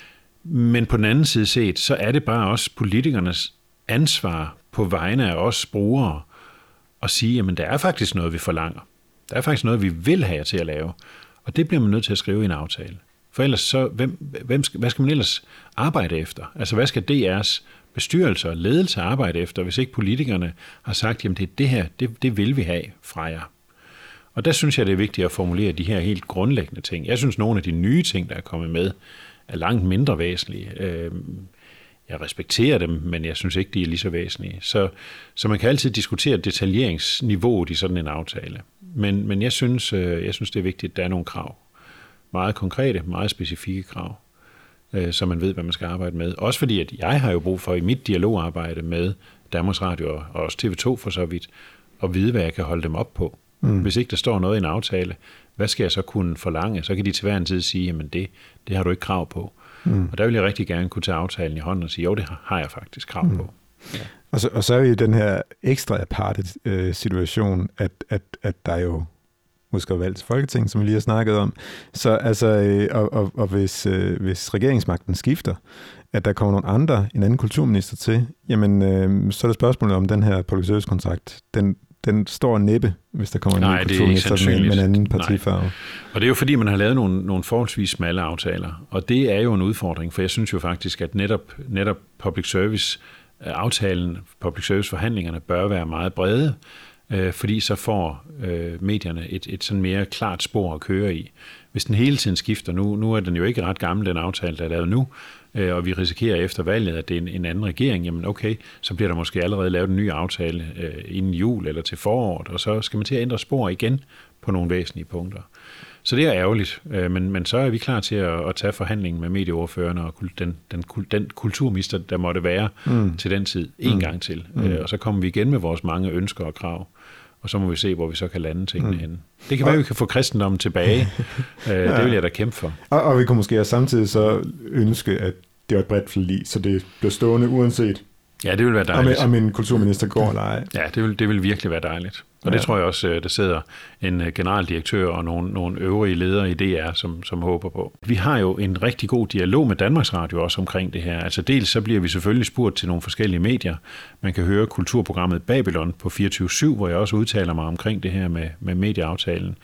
Speaker 3: Men på den anden side set, så er det bare også politikernes ansvar på vegne af os brugere, og sige, jamen der er faktisk noget, vi forlanger. Der er faktisk noget, vi vil have jer til at lave. Og det bliver man nødt til at skrive i en aftale. For ellers så, hvad skal man ellers arbejde efter? Altså hvad skal DR's bestyrelse og ledelse arbejde efter, hvis ikke politikerne har sagt, jamen det er det her, det vil vi have fra jer. Og der synes jeg, det er vigtigt at formulere de her helt grundlæggende ting. Jeg synes, nogle af de nye ting, der er kommet med, er langt mindre væsentlige. Jeg respekterer dem, men jeg synes ikke, de er lige så væsentlige. Så man kan altid diskutere detaljeringsniveauet i sådan en aftale. Men jeg synes, det er vigtigt, at der er nogle krav. Meget konkrete, meget specifikke krav, så man ved, hvad man skal arbejde med. Også fordi, at jeg har jo brug for i mit dialogarbejde med Danmarks Radio og også TV2 for så vidt, at vide, hvad jeg kan holde dem op på. Hvis ikke der står noget i en aftale, hvad skal jeg så kunne forlange? Så kan de til hver en tid sige, jamen det har du ikke krav på. Og der vil jeg rigtig gerne kunne tage aftalen i hånden og sige, jo, det har jeg faktisk krav på. Ja.
Speaker 2: Og så er vi i den her ekstra aparte situation, at der jo måske er valgt til Folketinget, som vi lige har snakket om. Så altså, og hvis regeringsmagten skifter, at der kommer en anden kulturminister til, jamen så er det spørgsmålet om den her public service kontrakt, den står næppe, hvis der kommer en ny kulturminister med en anden partifarve. Nej.
Speaker 3: Og det er jo fordi, man har lavet nogle forholdsvis smalle aftaler, og det er jo en udfordring, for jeg synes jo faktisk, at netop public service-aftalen, public service-forhandlingerne bør være meget brede, fordi så får medierne et sådan mere klart spor at køre i. Hvis den hele tiden skifter, nu er den jo ikke ret gammel, den aftale, der er lavet nu, og vi risikerer efter valget, at det er en anden regering, jamen okay, så bliver der måske allerede lavet en ny aftale inden jul eller til foråret, og så skal man til at ændre spor igen på nogle væsentlige punkter. Så det er ærgerligt, men så er vi klar til at tage forhandlingen med medieordførerne og den kulturminister, der måtte være til den tid, en gang til. Og så kommer vi igen med vores mange ønsker og krav, og så må vi se, hvor vi så kan lande tingene henne. Det kan være, at vi kan få kristendommen tilbage. Det vil jeg da kæmpe for.
Speaker 2: Og vi kunne måske samtidig så ønske, at det var et bredt forlig, så det bliver stående uanset
Speaker 3: Ja, det vil være dejligt.
Speaker 2: Om en kulturminister går eller ej.
Speaker 3: Ja, det vil virkelig være dejligt. Og det tror jeg også, der sidder en generaldirektør og nogle øvrige ledere i DR, som håber på. Vi har jo en rigtig god dialog med Danmarks Radio også omkring det her. Altså dels så bliver vi selvfølgelig spurgt til nogle forskellige medier. Man kan høre kulturprogrammet Babylon på 24/7, hvor jeg også udtaler mig omkring det her med medieaftalen.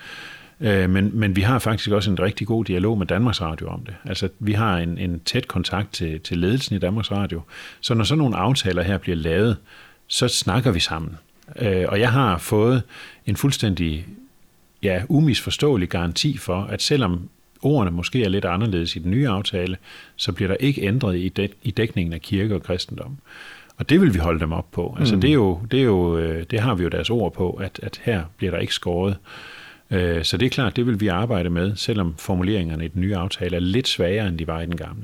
Speaker 3: Men vi har faktisk også en rigtig god dialog med Danmarks Radio om det. Altså, vi har en tæt kontakt til ledelsen i Danmarks Radio. Så når sådan nogle aftaler her bliver lavet, så snakker vi sammen. Og jeg har fået en fuldstændig umisforståelig garanti for, at selvom ordene måske er lidt anderledes i den nye aftale, så bliver der ikke ændret i dækningen af kirke og kristendom. Og det vil vi holde dem op på. Altså, det har vi jo deres ord på, at her bliver der ikke skåret. Så det er klart, det vil vi arbejde med, selvom formuleringerne i den nye aftale er lidt svagere, end de var i den gamle.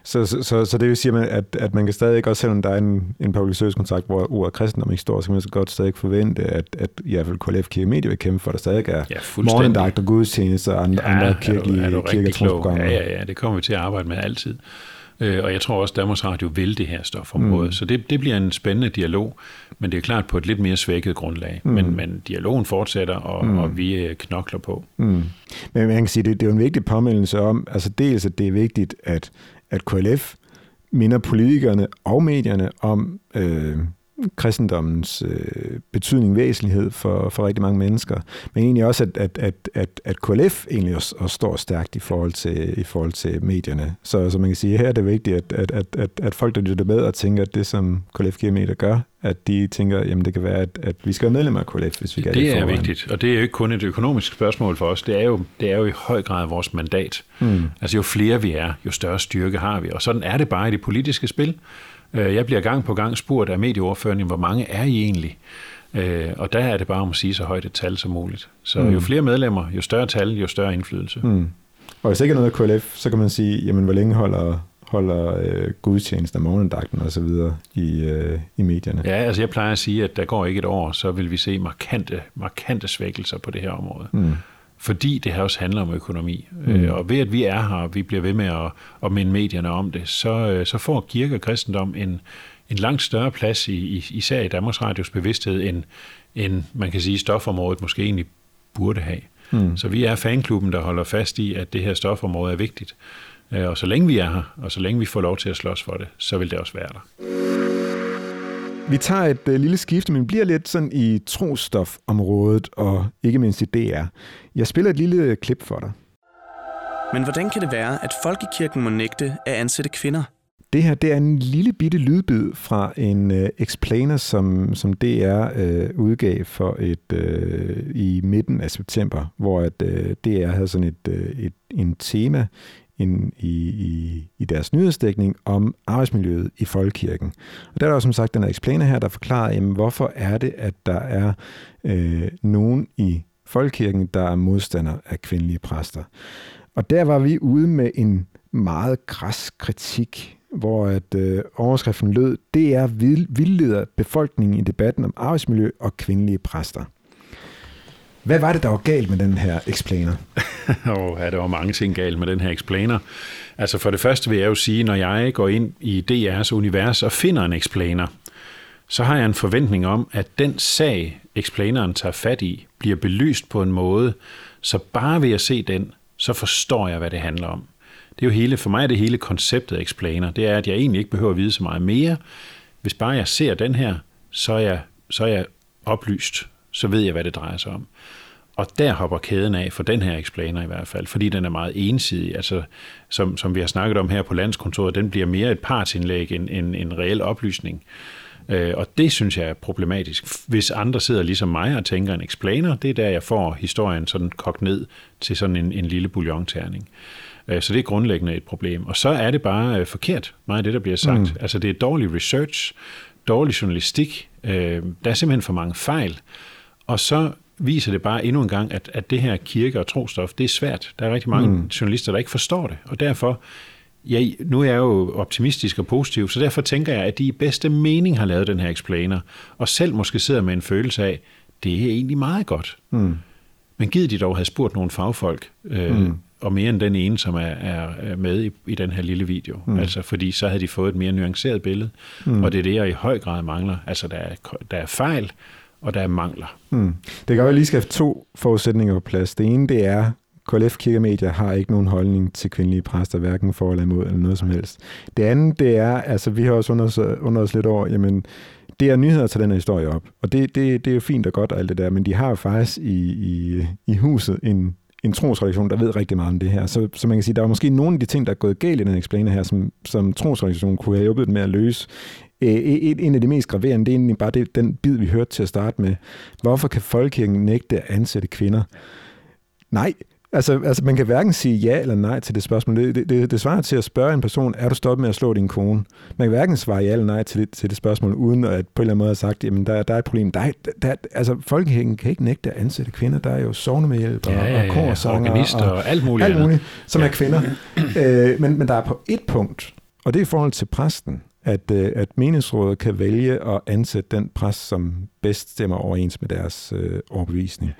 Speaker 2: Så det vil sige, at man kan stadig også, selvom der er en public service kontrakt, hvor ordet kristendom ikke står, så kan man så godt stadig forvente, at i hvert fald KLF Kirke Media vil kæmpe for, at der stadig er morgendagt og gudstjenester og andre kirkelige kirketrosprogrammer.
Speaker 3: Ja, det kommer vi til at arbejde med altid. Og jeg tror også, at Danmarks Radio vil det her stofområde. Så det bliver en spændende dialog, men det er klart på et lidt mere svækket grundlag. Men dialogen fortsætter, og vi knokler på. Men
Speaker 2: man kan sige, det er jo en vigtig påmeldelse om, altså dels, at det er vigtigt, at KLF minder politikerne og medierne om kristendommens betydning, væsentlighed for rigtig mange mennesker, men egentlig også, at KLF egentlig også står stærkt i forhold til medierne. Så man kan sige, her er det vigtigt, at folk, der lytter med og tænker, at det, som KLF Kirke Media gør, at de tænker, jamen det kan være, at vi skal være medlemmer af KLF, hvis vi kan det.
Speaker 3: Det er vigtigt, og det er jo ikke kun et økonomisk spørgsmål for os, det er jo i høj grad vores mandat. Altså jo flere vi er, jo større styrke har vi, og sådan er det bare i det politiske spil. Jeg bliver gang på gang spurgt af medieordførerne, hvor mange er I egentlig? Og der er det bare om at sige så højt et tal som muligt. Så jo flere medlemmer, jo større tal, jo større indflydelse.
Speaker 2: Og hvis ikke er noget af KLF, så kan man sige, jamen hvor længe holder holder gudstjeneste og morgendagten og så videre i medierne.
Speaker 3: Ja, altså jeg plejer at sige, at der går ikke et år, så vil vi se markante svækkelser på det her område. Fordi det her også handler om økonomi. Og ved at vi er her, og vi bliver ved med at minde medierne om det, så får kirke og kristendom en langt større plads, især i Danmarks Radios bevidsthed, end man kan sige, stofområdet måske egentlig burde have. Så vi er fanklubben, der holder fast i, at det her stofområde er vigtigt. Og så længe vi er her, og så længe vi får lov til at slås for det, så vil det også være der.
Speaker 2: Vi tager et lille skifte, men bliver lidt sådan i trosstofområdet, og ikke mindst i DR. Jeg spiller et lille klip for dig.
Speaker 4: Men hvordan kan det være, at folkekirken må nægte at ansætte kvinder?
Speaker 2: Det her, det er en lille bitte lydbid fra en explainer, som DR udgav for i midten af september, hvor DR havde sådan en tema i deres nyhedsdækning om arbejdsmiljøet i folkekirken. Og der er jo som sagt den her explainer her, der forklarer, jamen, hvorfor er det, at der er nogen i folkekirken, der er modstander af kvindelige præster. Og der var vi ude med en meget kras kritik, hvor overskriften lød, det er vildleder befolkningen i debatten om arbejdsmiljø og kvindelige præster. Hvad var det, der var galt med den her explainer?
Speaker 3: Der var mange ting galt med den her explainer. Altså for det første vil jeg jo sige, når jeg går ind i DR's univers og finder en explainer, så har jeg en forventning om, at den sag, explaineren tager fat i, bliver belyst på en måde, så bare ved at se den, så forstår jeg, hvad det handler om. Det er jo for mig er det hele konceptet af explainer. Det er, at jeg egentlig ikke behøver at vide så meget mere. Hvis bare jeg ser den her, så er jeg oplyst. Så ved jeg, hvad det drejer sig om. Og der hopper kæden af, for den her explainer i hvert fald, fordi den er meget ensidig. Altså, som vi har snakket om her på Landskontoret, den bliver mere et partsindlæg end en reel oplysning. Og det synes jeg er problematisk. Hvis andre sidder ligesom mig og tænker en explainer, det er der, jeg får historien sådan kogt ned til sådan en lille bouillonterning. Så det er grundlæggende et problem. Og så er det bare forkert, meget af det, der bliver sagt. Altså det er dårlig research, dårlig journalistik, der er simpelthen for mange fejl. Og så viser det bare endnu en gang, at det her kirke- og trostof, det er svært. Der er rigtig mange journalister, der ikke forstår det. Og derfor, nu er jeg jo optimistisk og positiv, så derfor tænker jeg, at de i bedste mening har lavet den her explainer, og selv måske sidder med en følelse af, det er egentlig meget godt. Men gider de dog have spurgt nogle fagfolk, og mere end den ene, som er med i den her lille video. Altså, fordi så havde de fået et mere nuanceret billede, og det er det, jeg i høj grad mangler. Altså, der er fejl, og der er mangler.
Speaker 2: Det kan jo lige skal have 2 forudsætninger på plads. Det ene, det er, KLF Kirkemedier har ikke nogen holdning til kvindelige præster, hverken for eller imod, eller noget som helst. Det andet, det er, altså vi har også undret os lidt over, jamen, det er nyheder til den her historie op. Og det er jo fint og godt og alt det der, men de har jo faktisk i huset en trosrelation, der ved rigtig meget om det her. Så man kan sige, der er måske nogle af de ting, der er gået galt i den explainer her, som trosrelation kunne have hjulpet med at løse. En af de mest graverende, det er egentlig bare den bid, vi hørte til at starte med. Hvorfor kan folkekirken nægte at ansætte kvinder? Nej, altså man kan hverken sige ja eller nej til det spørgsmål. Det svarer til at spørge en person, er du stoppet med at slå din kone? Man kan hverken svare ja eller nej til det spørgsmål, uden at på en eller anden måde have sagt, jamen der er et problem. Altså folkekirken kan ikke nægte at ansætte kvinder. Der er jo sognemedhjælp og korsanger
Speaker 3: og alt muligt,
Speaker 2: som er kvinder. Men der er på et punkt, og det er i forhold til præsten, at menighedsrådet kan vælge at ansætte den præst, som bedst stemmer overens med deres overbevisning.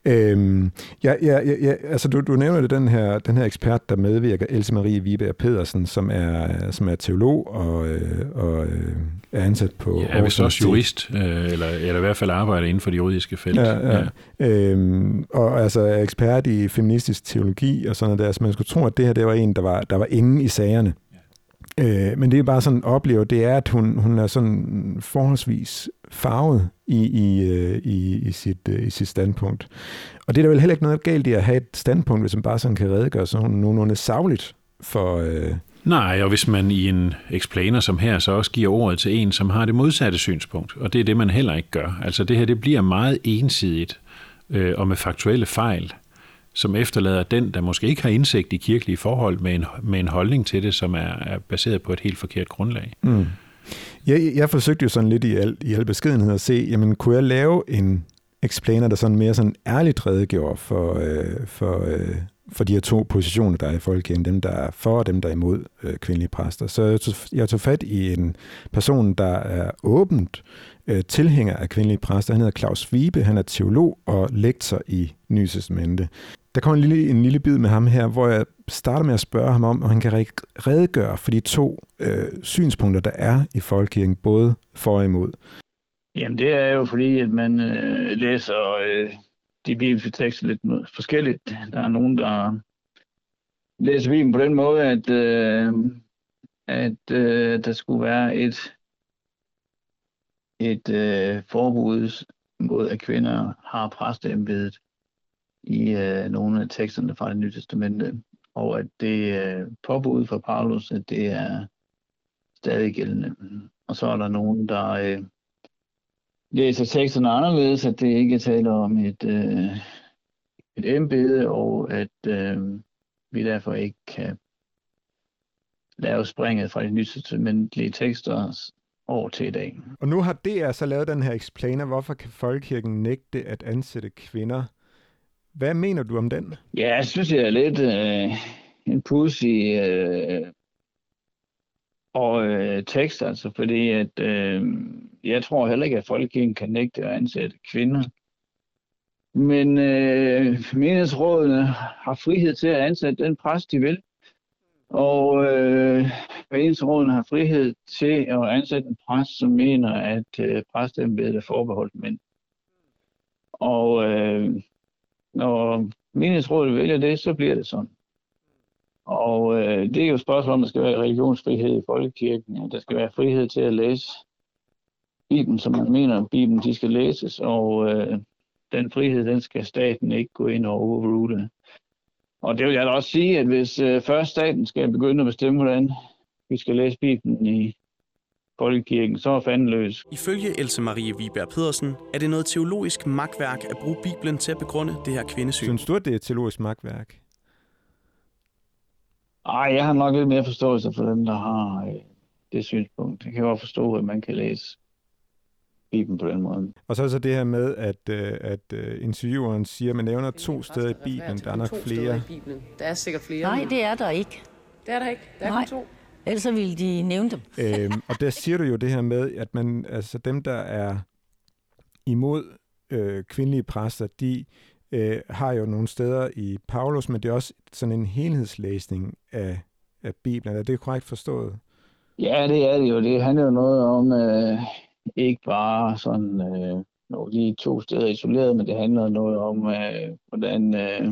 Speaker 2: Altså du nævner det, den her ekspert, der medvirker, Else Marie Viberg Pedersen, som er teolog og er ansat på...
Speaker 3: Ja, vist også jurist, eller i hvert fald arbejder inden for det juridiske felt.
Speaker 2: Ja. Og altså er ekspert i feministisk teologi og sådan noget der, så man skulle tro, at det her det var en, der var inde i sagerne. Men det er bare sådan oplever, det er, at hun er sådan forholdsvis farvet i sit standpunkt. Og det er der vel heller ikke noget galt i at have et standpunkt, hvis man bare sådan kan redegøre sådan nogenlunde sagligt for...
Speaker 3: Nej, og hvis man i en explainer som her, så også giver ordet til en, som har det modsatte synspunkt, og det er det, man heller ikke gør. Altså det her, det bliver meget ensidigt og med faktuelle fejl, som efterlader den, der måske ikke har indsigt i kirkelige forhold, med en holdning til det, som er baseret på et helt forkert grundlag. Jeg
Speaker 2: forsøgte jo sådan lidt i al beskedenhed at se, jamen kunne jeg lave explainer, der sådan mere sådan ærligt redegjorde for de her to positioner, der er i folkekirken, dem der er for og dem der er imod kvindelige præster. Så jeg tog fat i en person, der er åbent tilhænger af kvindelige præster. Han hedder Klaus Wibe, han er teolog og lektor i Nye Testamente. Der kommer en lille bid med ham her, hvor jeg starter med at spørge ham om han kan redegøre for de to synspunkter, der er i folkekirken, både for og imod.
Speaker 5: Jamen det er jo fordi, at man læser de bibelske tekster lidt forskelligt. Der er nogen, der læser Bibelen på den måde, at der skulle være et forbud mod, at kvinder har præsteembedet i nogle af teksterne fra Det Nye Testamente, og at det påbud fra Paulus, at det er stadig gældende. Og så er der nogen, der læser teksterne anderledes, at det ikke taler om et embede, og at vi derfor ikke kan lave springet fra de nytestamentlige tekster over til i dag.
Speaker 2: Og nu har DR så lavet den her explainer, hvorfor kan folkekirken nægte at ansætte kvinder? Hvad mener du om den?
Speaker 5: Ja, jeg synes, det er lidt en pudsig tekst, altså, fordi at jeg tror heller ikke, at folkekirken kan nægte at ansætte kvinder. Men menighedsrådene har frihed til at ansætte den præst, de vil. Og menighedsrådene har frihed til at ansætte en præst, som mener, at præstembedet er forbeholdt mænd. Og når menighedsrådet vælger det, så bliver det sådan. Og det er jo et spørgsmål, om der skal være religionsfrihed i folkekirken, og der skal være frihed til at læse Bibelen, som man mener, at Bibelen de skal læses, og den frihed, den skal staten ikke gå ind og overrule. Og det vil jeg da også sige, at hvis først staten skal begynde at bestemme, hvordan vi skal læse Bibelen i folkekirken, så er fanden løs.
Speaker 4: Ifølge Else Marie Wiberg Pedersen er det noget teologisk magtværk at bruge Bibelen til at begrunde det her kvindesyn.
Speaker 2: Synes du, at det er et teologisk magtværk?
Speaker 5: Jeg har nok lidt mere forståelse for dem, der har det synspunkt. Jeg kan godt forstå, at man kan læse Bibelen på den måde.
Speaker 2: Og så det her med, at intervieweren siger, at man nævner 2 steder i Bibelen. Der er nok flere.
Speaker 6: Der er sikkert flere.
Speaker 7: Nej, det er der ikke.
Speaker 6: Det er der ikke. Der er kun 2.
Speaker 7: Ellers ville de nævne dem.
Speaker 2: Og der siger du jo det her med, at man, altså dem, der er imod kvindelige præster, de har jo nogle steder i Paulus, men det er også sådan en helhedslæsning af Bibelen. Er det korrekt forstået?
Speaker 5: Ja, det er det jo. Det handler jo noget om ikke bare sådan lige 2 steder isoleret, men det handler noget om, hvordan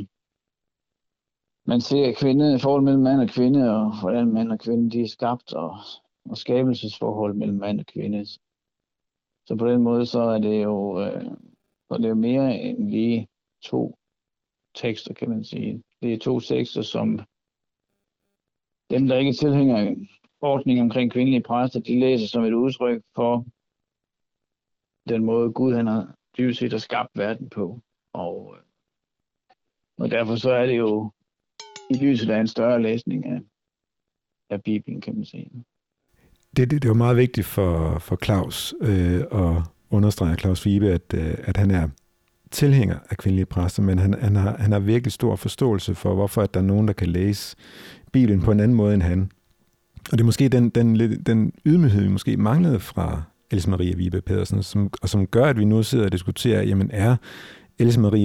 Speaker 5: man ser forholdet mellem mand og kvinde, og hvordan mand og kvinde de er skabt, og skabelsesforhold mellem mand og kvinde. Så på den måde så er det jo mere end lige 2 tekster, kan man sige. Det er 2 tekster, som dem, der ikke tilhænger ordningen omkring kvindelige præster, de læser som et udtryk for den måde, Gud han har dybest set har skabt verden på. Og derfor så er det jo i lyset af en større læsning af Bibelen, kan man sige.
Speaker 2: Det er jo meget vigtigt for Klaus at understrege, Klaus Wibe, at han er tilhænger af kvindelige præster, men han har virkelig stor forståelse for, hvorfor at der er nogen, der kan læse Bibelen på en anden måde end han. Og det er måske den ydmyghed, vi måske manglede fra Else Marie Wibe Pedersen, som gør, at vi nu sidder og diskuterer, jamen er Else Marie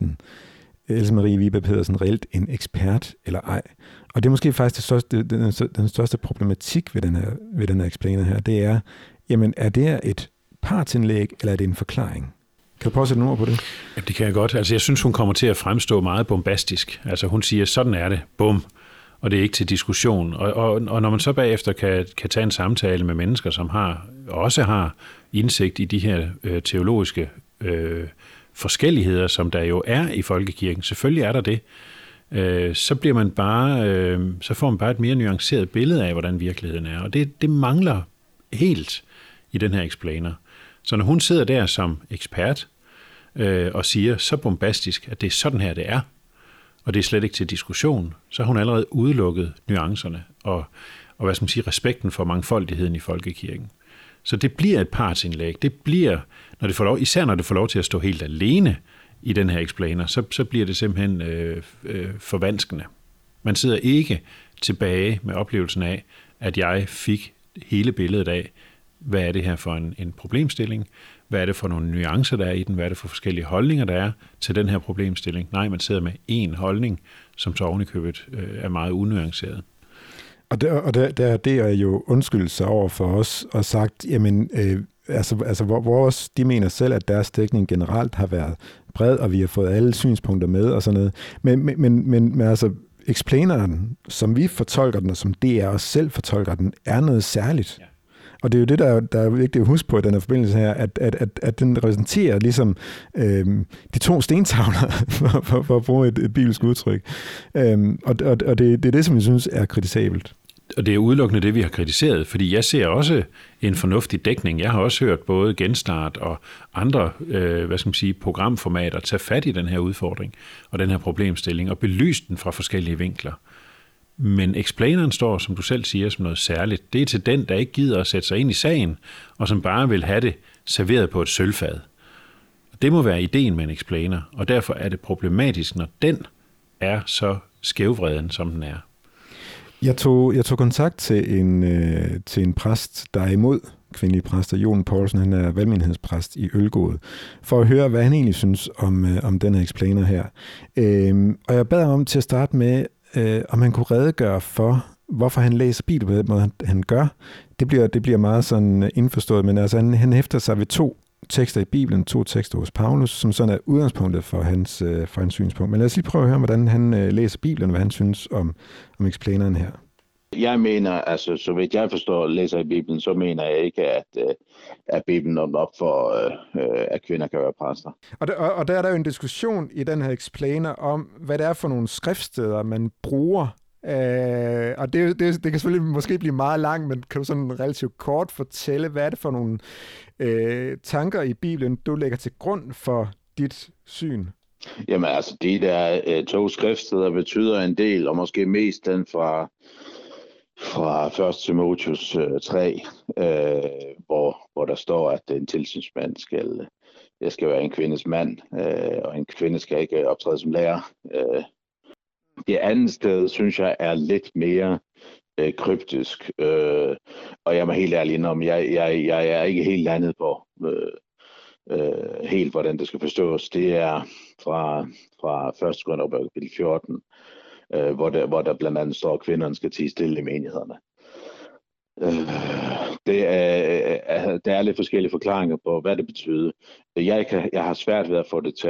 Speaker 2: Wibe Pedersen reelt en ekspert eller ej? Og det er måske faktisk den største problematik ved den her explainer her, det er, jamen er det et partsindlæg, eller er det en forklaring? Kan du prøve at sætte nogle ord på det?
Speaker 3: Ja, det kan jeg godt. Altså, jeg synes, hun kommer til at fremstå meget bombastisk. Altså, hun siger, sådan er det. Bum. Og det er ikke til diskussion. Og når man så bagefter kan tage en samtale med mennesker, som også har indsigt i de her teologiske forskelligheder, som der jo er i folkekirken, selvfølgelig er der det, så får man bare et mere nuanceret billede af, hvordan virkeligheden er. Og det mangler helt i den her explainer. Så når hun sidder der som ekspert og siger så bombastisk, at det er sådan her, det er, og det er slet ikke til diskussion, så har hun allerede udelukket nuancerne og hvad skal man sige, respekten for mangfoldigheden i folkekirken. Så det bliver et partsindlæg. Det bliver, især når det får lov til at stå helt alene i den her explainer, så bliver det simpelthen forvanskende. Man sidder ikke tilbage med oplevelsen af, at jeg fik hele billedet af, hvad er det her for en problemstilling, hvad er det for nogle nuancer, der er i den, hvad er det for forskellige holdninger, der er til den her problemstilling. Nej, man sidder med én holdning, som så ovenikøbet er meget unuanceret. Og
Speaker 2: det er jo undskyldelse over for os og sagt, jamen, vores, de mener selv, at deres dækning generelt har været bred, og vi har fået alle synspunkter med og sådan noget. Men altså, explaineren, som vi fortolker den, og som DR også selv fortolker den, er noget særligt. Ja. Og det er jo det, der er vigtigt at huske på i den her forbindelse her, at den repræsenterer ligesom de to stentavler, for at bruge et bibelsk udtryk. Og det er det, som jeg synes er kritisabelt.
Speaker 3: Og det er udelukkende det, vi har kritiseret, fordi jeg ser også en fornuftig dækning. Jeg har også hørt både Genstart og andre programformater tage fat i den her udfordring og den her problemstilling og belyse den fra forskellige vinkler. Men explaineren står, som du selv siger, som noget særligt. Det er til den, der ikke gider at sætte sig ind i sagen, og som bare vil have det serveret på et sølvfad. Det må være ideen med en explainer, og derfor er det problematisk, når den er så skævvreden, som den er.
Speaker 2: Jeg tog kontakt til en præst, der er imod kvindelige præster. Jon Poulsen, han er valgmenighedspræst i Ølgod, for at høre, hvad han egentlig synes om den her explainer her. Og jeg bad ham om til at starte med, om han kunne redegøre for, hvorfor han læser Bibelen på den måde, han gør. Det bliver meget sådan indforstået, men altså han hæfter sig ved 2 tekster i Bibelen, 2 tekster hos Paulus, som sådan er udgangspunktet for hans synspunkt. Men lad os lige prøve at høre, hvordan han læser Bibelen, hvad han synes om explaineren her.
Speaker 8: Jeg mener, altså så vidt jeg forstår læser i Bibelen, så mener jeg ikke, at Bibelen åbner op for, at kvinder kan være præster.
Speaker 2: Og der er der jo en diskussion i den her explainer om, hvad det er for nogle skriftsteder, man bruger. Og det kan selvfølgelig måske blive meget langt, men kan du sådan relativt kort fortælle, hvad er det for nogle tanker i Bibelen, du lægger til grund for dit syn?
Speaker 8: Jamen altså, de der 2 skriftsteder betyder en del, og måske mest den fra 1. Timotheus 3, hvor der står, at en tilsynsmand skal være en kvindes mand, og en kvinde skal ikke optræde som lærer. Det andet sted, synes jeg, er lidt mere kryptisk, og jeg må helt ærlig indrømme, jeg er ikke helt landet på helt, hvordan det skal forstås. Det er fra 1. Korintherbrev kapitel 14, hvor der blandt andet står, at kvinderne skal tie stille i menighederne. Der er lidt forskellige forklaringer på, hvad det betyder. Jeg har svært ved at få det til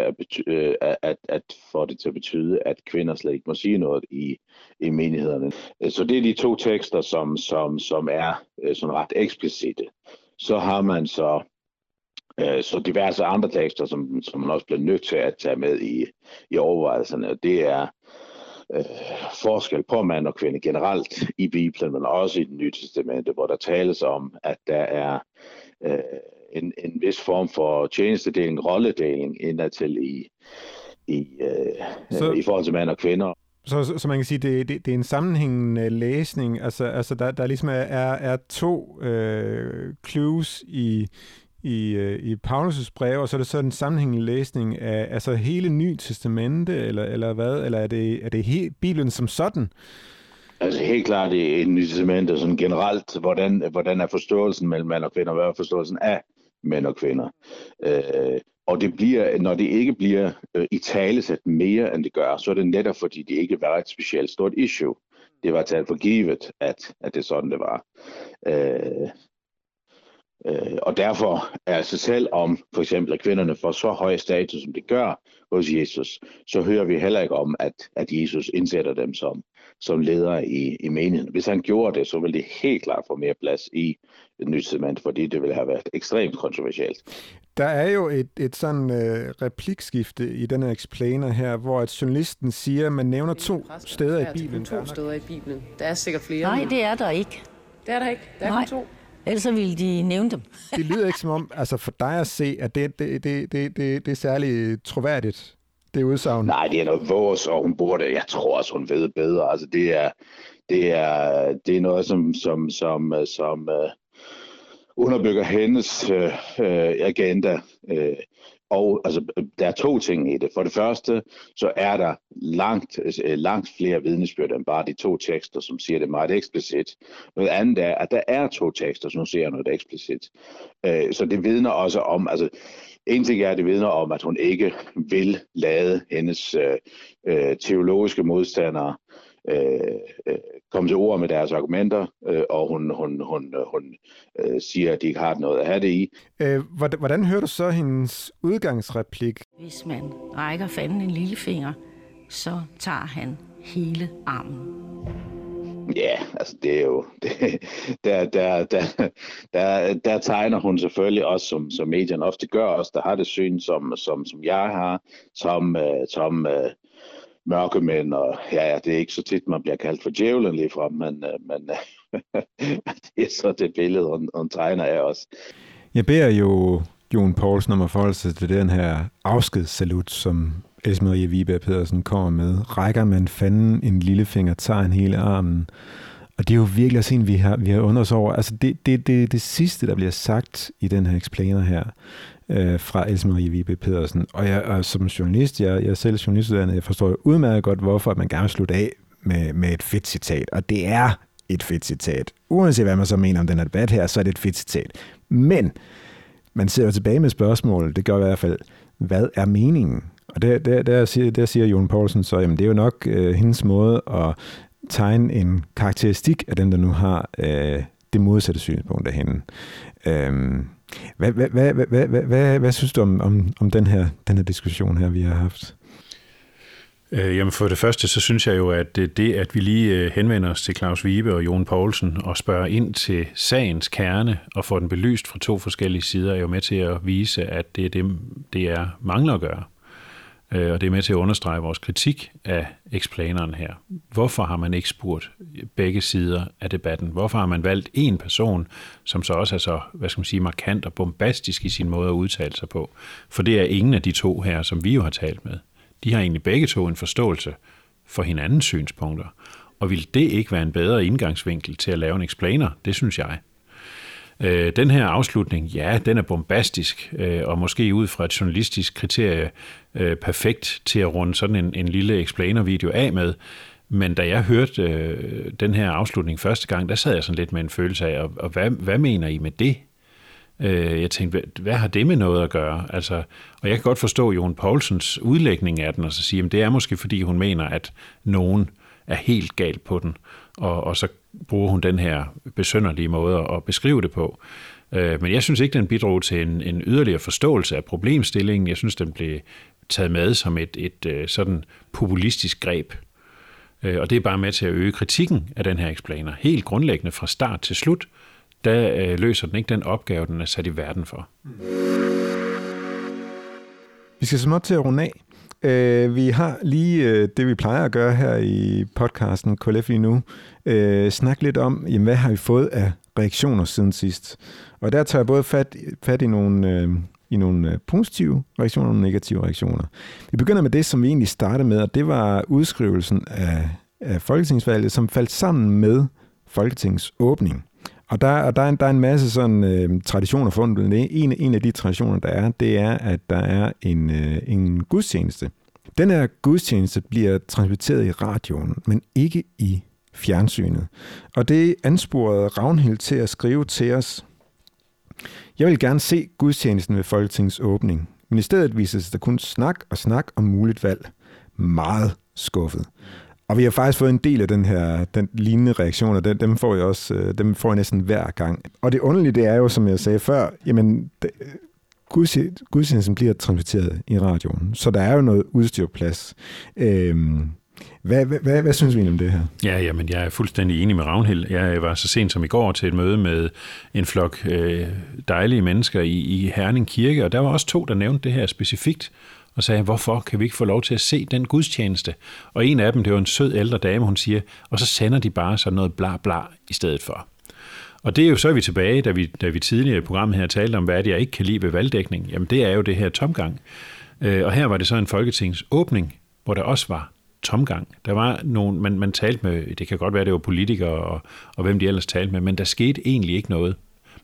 Speaker 8: at betyde, at kvinder slet ikke må sige noget i menighederne. Så det er de 2 tekster, som er sådan ret eksplicite. Så har man så diverse andre tekster, som man også bliver nødt til at tage med i overvejelserne. Det er forskel på mand og kvinde generelt i Bibelen, men også i det nye testamente, hvor der tales om, at der er en vis form for tjenestedeling, rolledeling indadtil i forhold til mand og kvinder.
Speaker 2: Så man kan sige, det er en sammenhængende læsning. Altså der ligesom er 2 clues i Paulus' brev, og så er det så en sammenhængende læsning af altså hele Nye Testamente, eller hvad? Eller er det Bibelen som sådan?
Speaker 8: Altså helt klart i Nye Testamente, sådan generelt, hvordan er forståelsen mellem mand og kvinder, hvad er forståelsen af mænd og kvinder? Og det bliver, når det ikke bliver italesat mere, end det gør, så er det netop, fordi det ikke var et specielt stort issue. Det var taget for givet, at det er sådan, det var. Og derfor er altså selv om for eksempel at kvinderne får så høj status, som det gør hos Jesus, så hører vi heller ikke om, at Jesus indsætter dem som ledere i menigheden. Hvis han gjorde det, så ville det helt klart få mere plads i det nye testamente, fordi det ville have været ekstremt kontroversielt.
Speaker 2: Der er jo et sådan replikskifte i den her explainer her, hvor at journalisten siger, at man nævner 2 steder i Bibelen.
Speaker 6: 2 steder i Bibelen. Der er sikkert flere.
Speaker 7: Nej, det er der ikke.
Speaker 6: Det er der ikke. Der er kun 2.
Speaker 7: Ellers ville de nævne dem.
Speaker 2: Det lyder ikke som om, altså for dig at se, at det er særlig troværdigt, det udsagn.
Speaker 8: Nej, det er noget vores, og hun burde, jeg tror også, hun ved bedre. Altså det er noget, som underbygger hendes agenda. Og altså, der er 2 ting i det. For det første, så er der langt flere vidnesbyrd end bare de 2 tekster, som siger det meget eksplicit. Noget andet er, at der er 2 tekster, som siger noget eksplicit. Så det vidner også om, altså en ting er, at det vidner om, at hun ikke vil lade hendes teologiske modstandere komme til ord med deres argumenter, og hun siger, at de ikke har noget at have det i.
Speaker 2: Hvordan hører du så hendes udgangsreplik?
Speaker 7: Hvis man rækker fanden en lillefinger, så tager han hele armen.
Speaker 8: Ja, altså det er jo... Der tegner hun selvfølgelig også, som medierne ofte gør, også der har det syn, som jeg har, som mørkemænd, og ja, det er ikke så tit, man bliver kaldt for djævlen lige frem, men det er så det billede, hun tegner af os.
Speaker 2: Jeg beder jo Jon Poulsen om at forholde sig til den her afskedssalut, som Else Marie Viberg Pedersen kommer med. Rækker man fanden en lillefinger, tager en hele armen. Og det er jo virkelig også en, vi har undret os over. Altså det sidste, der bliver sagt i den her explainer her, fra Else Marie Viberg Pedersen. Og jeg som journalist, jeg er selv journalistuddannet, jeg forstår jo udmærket godt, hvorfor man gerne vil slutte af med et fedt citat. Og det er et fedt citat. Uanset hvad man så mener om den her debat her, så er det et fedt citat. Men man ser jo tilbage med spørgsmålet, det gør i hvert fald, hvad er meningen? Og der siger Jon Poulsen så, jamen det er jo nok hendes måde at tegne en karakteristik af den, der nu har det modsatte synspunkt af hende. Hvad synes du om den her diskussion her, vi har haft?
Speaker 3: Jamen for det første, så synes jeg jo, at det, at vi lige henvender os til Claus Wibe og Jon Poulsen og spørger ind til sagens kerne og får den belyst fra 2 forskellige sider, er jo med til at vise, at det er mangler at gøre. Og det er med til at understrege vores kritik af explaineren her. Hvorfor har man ikke spurgt begge sider af debatten? Hvorfor har man valgt en person, som så også er så, markant og bombastisk i sin måde at udtale sig på? For det er ingen af de 2 her, som vi jo har talt med. De har egentlig begge 2 en forståelse for hinandens synspunkter. Og vil det ikke være en bedre indgangsvinkel til at lave en explainer? Det synes jeg. Den her afslutning, ja, den er bombastisk, og måske ud fra et journalistisk kriterie perfekt til at runde sådan en lille explainer-video af med. Men da jeg hørte den her afslutning første gang, der sad jeg sådan lidt med en følelse af, og hvad mener I med det? Jeg tænkte, hvad har det med noget at gøre? Altså, og jeg kan godt forstå Jon Poulsens udlægning af den, og så sige, at det er måske fordi hun mener, at nogen er helt galt på den, og så bruger hun den her besynderlige måde at beskrive det på. Men jeg synes ikke, den bidrog til en yderligere forståelse af problemstillingen. Jeg synes, den blev taget med som et sådan populistisk greb. Og det er bare med til at øge kritikken af den her explainer. Helt grundlæggende fra start til slut, der løser den ikke den opgave, den er sat i verden for.
Speaker 2: Vi skal så meget til at runde af. Vi har lige det, vi plejer at gøre her i podcasten KLF lige nu. Snak lidt om, jamen, hvad har vi fået af reaktioner siden sidst? Og der tager jeg både fat i nogle positive reaktioner og nogle negative reaktioner. Vi begynder med det, som vi egentlig startede med, og det var udskrivelsen af Folketingsvalget, som faldt sammen med Folketingets åbning. Og der er en masse sådan traditioner fundet. En af de traditioner, der er, det er, at der er en gudstjeneste. Den her gudstjeneste bliver transmitteret i radioen, men ikke i fjernsynet. Og det ansporede Ragnhild til at skrive til os: Jeg vil gerne se gudstjenesten ved Folketingets åbning, men i stedet vises der kun snak om muligt valg. Meget skuffet. Og vi har faktisk fået en del af den lignende reaktioner, dem får jeg næsten hver gang. Og det underlige, det er jo, som jeg sagde før, jamen, gudstjenesten bliver transmitteret i radioen, så der er jo noget udstyrplads. Hvad synes vi om det her?
Speaker 3: Ja, jamen, jeg er fuldstændig enig med Ragnhild. Jeg var så sent som i går til et møde med en flok dejlige mennesker i Herning Kirke, og der var også 2, der nævnte det her specifikt, og sagde, hvorfor kan vi ikke få lov til at se den gudstjeneste? Og en af dem, det var en sød ældre dame, hun siger, og så sender de bare sådan noget bla bla i stedet for. Og det er jo så, vi tilbage, da vi tidligere i programmet her talte om, hvad det, jeg ikke kan lide ved valgdækning. Jamen, det er jo det her tomgang. Og her var det så en Folketings åbning, hvor der også var tomgang. Der var nogen, man talte med, det kan godt være, det var politikere og hvem de ellers talte med, men der skete egentlig ikke noget.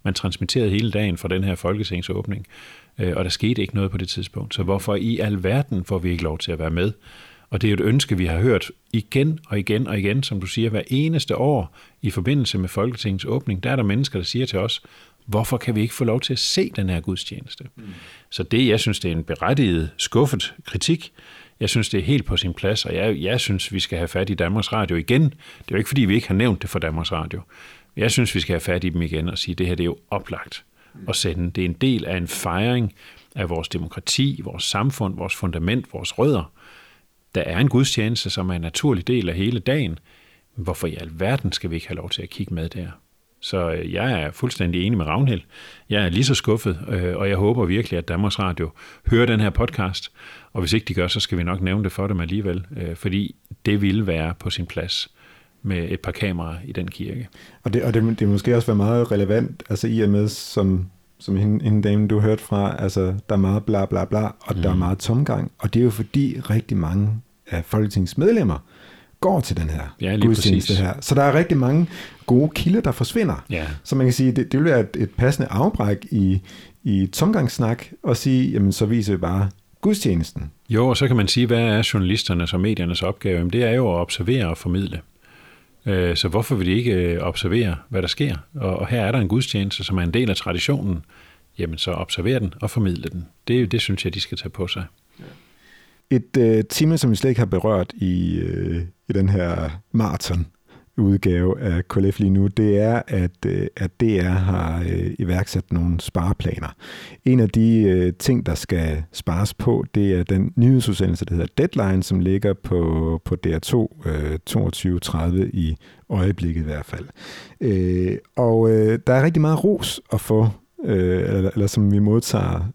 Speaker 3: Man transmitterede hele dagen fra den her folketingsåbning, og der skete ikke noget på det tidspunkt. Så hvorfor i alverden får vi ikke lov til at være med? Og det er et ønske, vi har hørt igen og igen og igen, som du siger, hver eneste år i forbindelse med Folketingets åbning. Der er der mennesker, der siger til os, hvorfor kan vi ikke få lov til at se den her gudstjeneste? Så jeg synes, det er en berettiget, skuffet kritik. Jeg synes, det er helt på sin plads, og jeg synes, vi skal have fat i Danmarks Radio igen. Det er jo ikke, fordi vi ikke har nævnt det for Danmarks Radio. Jeg synes, vi skal have fat i dem igen og sige, det her det er jo oplagt at sende. Det er en del af en fejring af vores demokrati, vores samfund, vores fundament, vores rødder. Der er en gudstjeneste, som er en naturlig del af hele dagen. Hvorfor i alverden skal vi ikke have lov til at kigge med der? Så jeg er fuldstændig enig med Ragnhild. Jeg er lige så skuffet, og jeg håber virkelig, at Danmarks Radio hører den her podcast. Og hvis ikke de gør, så skal vi nok nævne det for dem alligevel, fordi det ville være på sin plads med et par kameraer i den kirke. Og
Speaker 2: det måske også være meget relevant, altså i og med, som hende dame, du hørte fra, altså der er meget bla bla bla, og der er meget tomgang. Og det er jo fordi rigtig mange af Folketingets medlemmer går til den her gudstjeneste her. Så der er rigtig mange gode kilder, der forsvinder. Ja. Så man kan sige, det vil være et passende afbræk i tomgangssnak, og sige, jamen så viser vi bare gudstjenesten.
Speaker 3: Jo, og så kan man sige, hvad er journalisternes og mediernes opgave? Jamen, det er jo at observere og formidle. Så hvorfor vil de ikke observere, hvad der sker? Og her er der en gudstjeneste, som er en del af traditionen. Jamen, så observer den og formidle den. Det synes jeg, de skal tage på sig.
Speaker 2: Et tema, som vi slet ikke har berørt i den her maraton-udgave af KLF lige nu, det er, at DR har iværksat nogle spareplaner. En af de ting, der skal spares på, det er den nyhedsudsendelse, der hedder Deadline, som ligger på DR2 22.30 i øjeblikket i hvert fald. Og der er rigtig meget ros at få, eller som vi modtager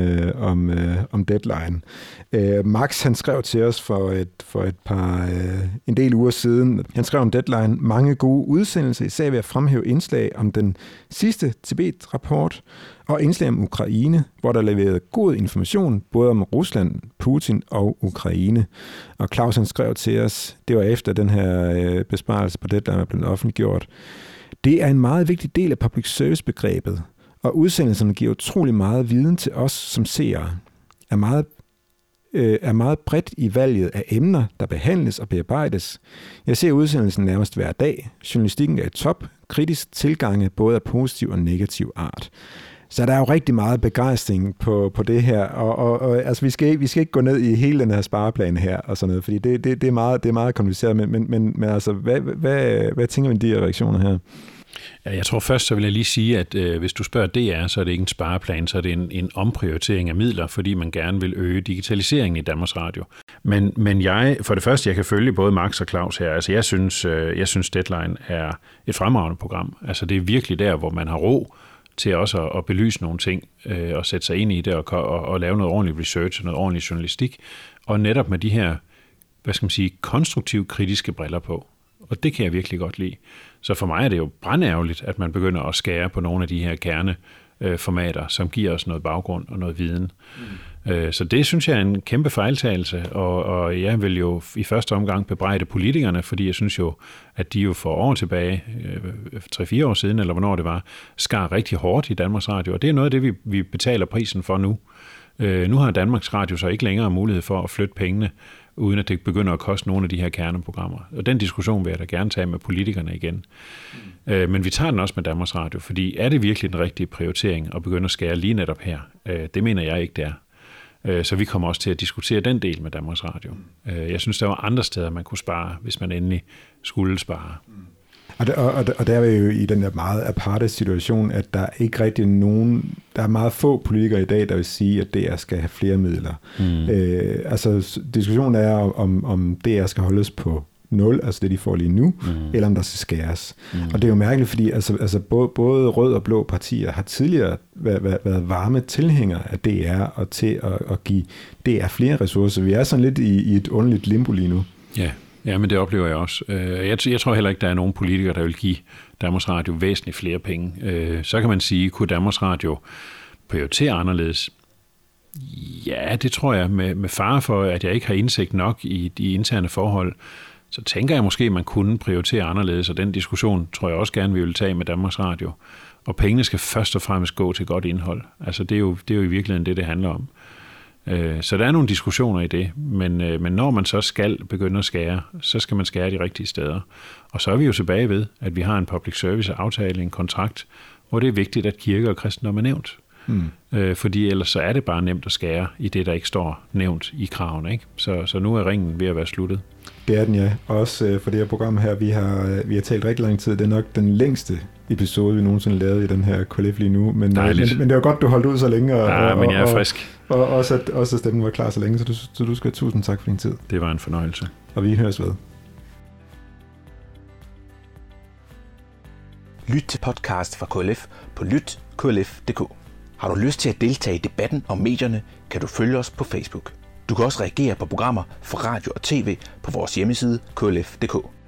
Speaker 2: om Deadline. Max, han skrev til os for en del uger siden. Han skrev om Deadline mange gode udsendelser, især ved at fremhæve indslag om den sidste Tibet-rapport og indslag om Ukraine, hvor der leverede god information både om Rusland, Putin og Ukraine. Og Claus, han skrev til os, det var efter den her besparelse på Deadline var blevet offentliggjort. Det er en meget vigtig del af public service-begrebet, og udsendelserne giver utrolig meget viden til os som seere, er meget bredt i valget af emner, der behandles og bearbejdes. Jeg ser udsendelsen nærmest hver dag. Journalistikken er i top, kritisk tilgange både af positiv og negativ art. Så der er jo rigtig meget begejstring på det her, og altså, vi skal ikke gå ned i hele den her spareplan her, og sådan noget, fordi det er meget kompliceret, men altså, hvad tænker vi om de her reaktioner her?
Speaker 3: Ja, jeg tror først, så vil jeg lige sige, at hvis du spørger DR, så er det ikke en spareplan, så er det en omprioritering af midler, fordi man gerne vil øge digitaliseringen i Danmarks Radio. Men for det første, jeg kan følge både Max og Claus her. Altså, jeg synes Deadline er et fremragende program. Altså, det er virkelig der, hvor man har ro til også at belyse nogle ting og sætte sig ind i det og lave noget ordentligt research og noget ordentligt journalistik. Og netop med de her, konstruktivt kritiske briller på. Og det kan jeg virkelig godt lide. Så for mig er det jo brandærgerligt, at man begynder at skære på nogle af de her kerneformater, som giver os noget baggrund og noget viden. Så det synes jeg er en kæmpe fejltagelse, og jeg vil jo i første omgang bebrejde politikerne, fordi jeg synes jo, at de jo for år tilbage, 3-4 år siden, eller hvornår det var, skar rigtig hårdt i Danmarks Radio, og det er noget af det, vi betaler prisen for nu. Nu har Danmarks Radio så ikke længere mulighed for at flytte pengene, uden at det begynder at koste nogle af de her kerneprogrammer. Og den diskussion vil jeg da gerne tage med politikerne igen. Men vi tager den også med Danmarks Radio, fordi er det virkelig den rigtige prioritering at begynde at skære lige netop her? Det mener jeg ikke, det er. Så vi kommer også til at diskutere den del med Danmarks Radio. Jeg synes, der var andre steder, man kunne spare, hvis man endelig skulle spare.
Speaker 2: Og der er vi jo i den der meget aparte situation, at der er ikke rigtig nogen, der er meget få politikere i dag, der vil sige, at DR skal have flere midler. Altså diskussionen er, om DR skal holdes på 0, altså det de får lige nu, eller om der skal skæres. Og det er jo mærkeligt, fordi altså både rød og blå partier har tidligere været varme tilhængere af DR, og til at give DR flere ressourcer. Vi er sådan lidt i et underligt limbo lige nu.
Speaker 3: Ja, men det oplever jeg også. Jeg tror heller ikke, der er nogen politikere, der vil give Danmarks Radio væsentligt flere penge. Så kan man sige, kunne Danmarks Radio prioritere anderledes? Ja, det tror jeg. Med fare for, at jeg ikke har indsigt nok i de interne forhold, så tænker jeg måske, at man kunne prioritere anderledes, og den diskussion tror jeg også gerne, vi vil tage med Danmarks Radio. Og pengene skal først og fremmest gå til godt indhold. Altså det er jo i virkeligheden det handler om. Så der er nogle diskussioner i det, men når man så skal begynde at skære, så skal man skære de rigtige steder. Og så er vi jo tilbage ved, at vi har en public service aftale, en kontrakt, hvor det er vigtigt, at kirke og kristendom er nævnt. Fordi ellers så er det bare nemt at skære i det, der ikke står nævnt i kravene. Ikke? Så nu er ringen ved at være sluttet.
Speaker 2: Det er den, ja. Også for det her program her, vi har talt rigtig lang tid. Det er nok den længste episode, vi nogensinde lavede i den her KLF lige nu. Men det var godt, du holdt ud så længe.
Speaker 3: Men jeg er frisk.
Speaker 2: Og også at stemmen var klar så længe, så du skal have tusind tak for din tid.
Speaker 3: Det var en fornøjelse.
Speaker 2: Og vi høres ved.
Speaker 1: Lyt til podcast fra KLF på lytklf.dk. Har du lyst til at deltage i debatten om medierne, kan du følge os på Facebook. Du kan også reagere på programmer fra radio og tv på vores hjemmeside klf.dk.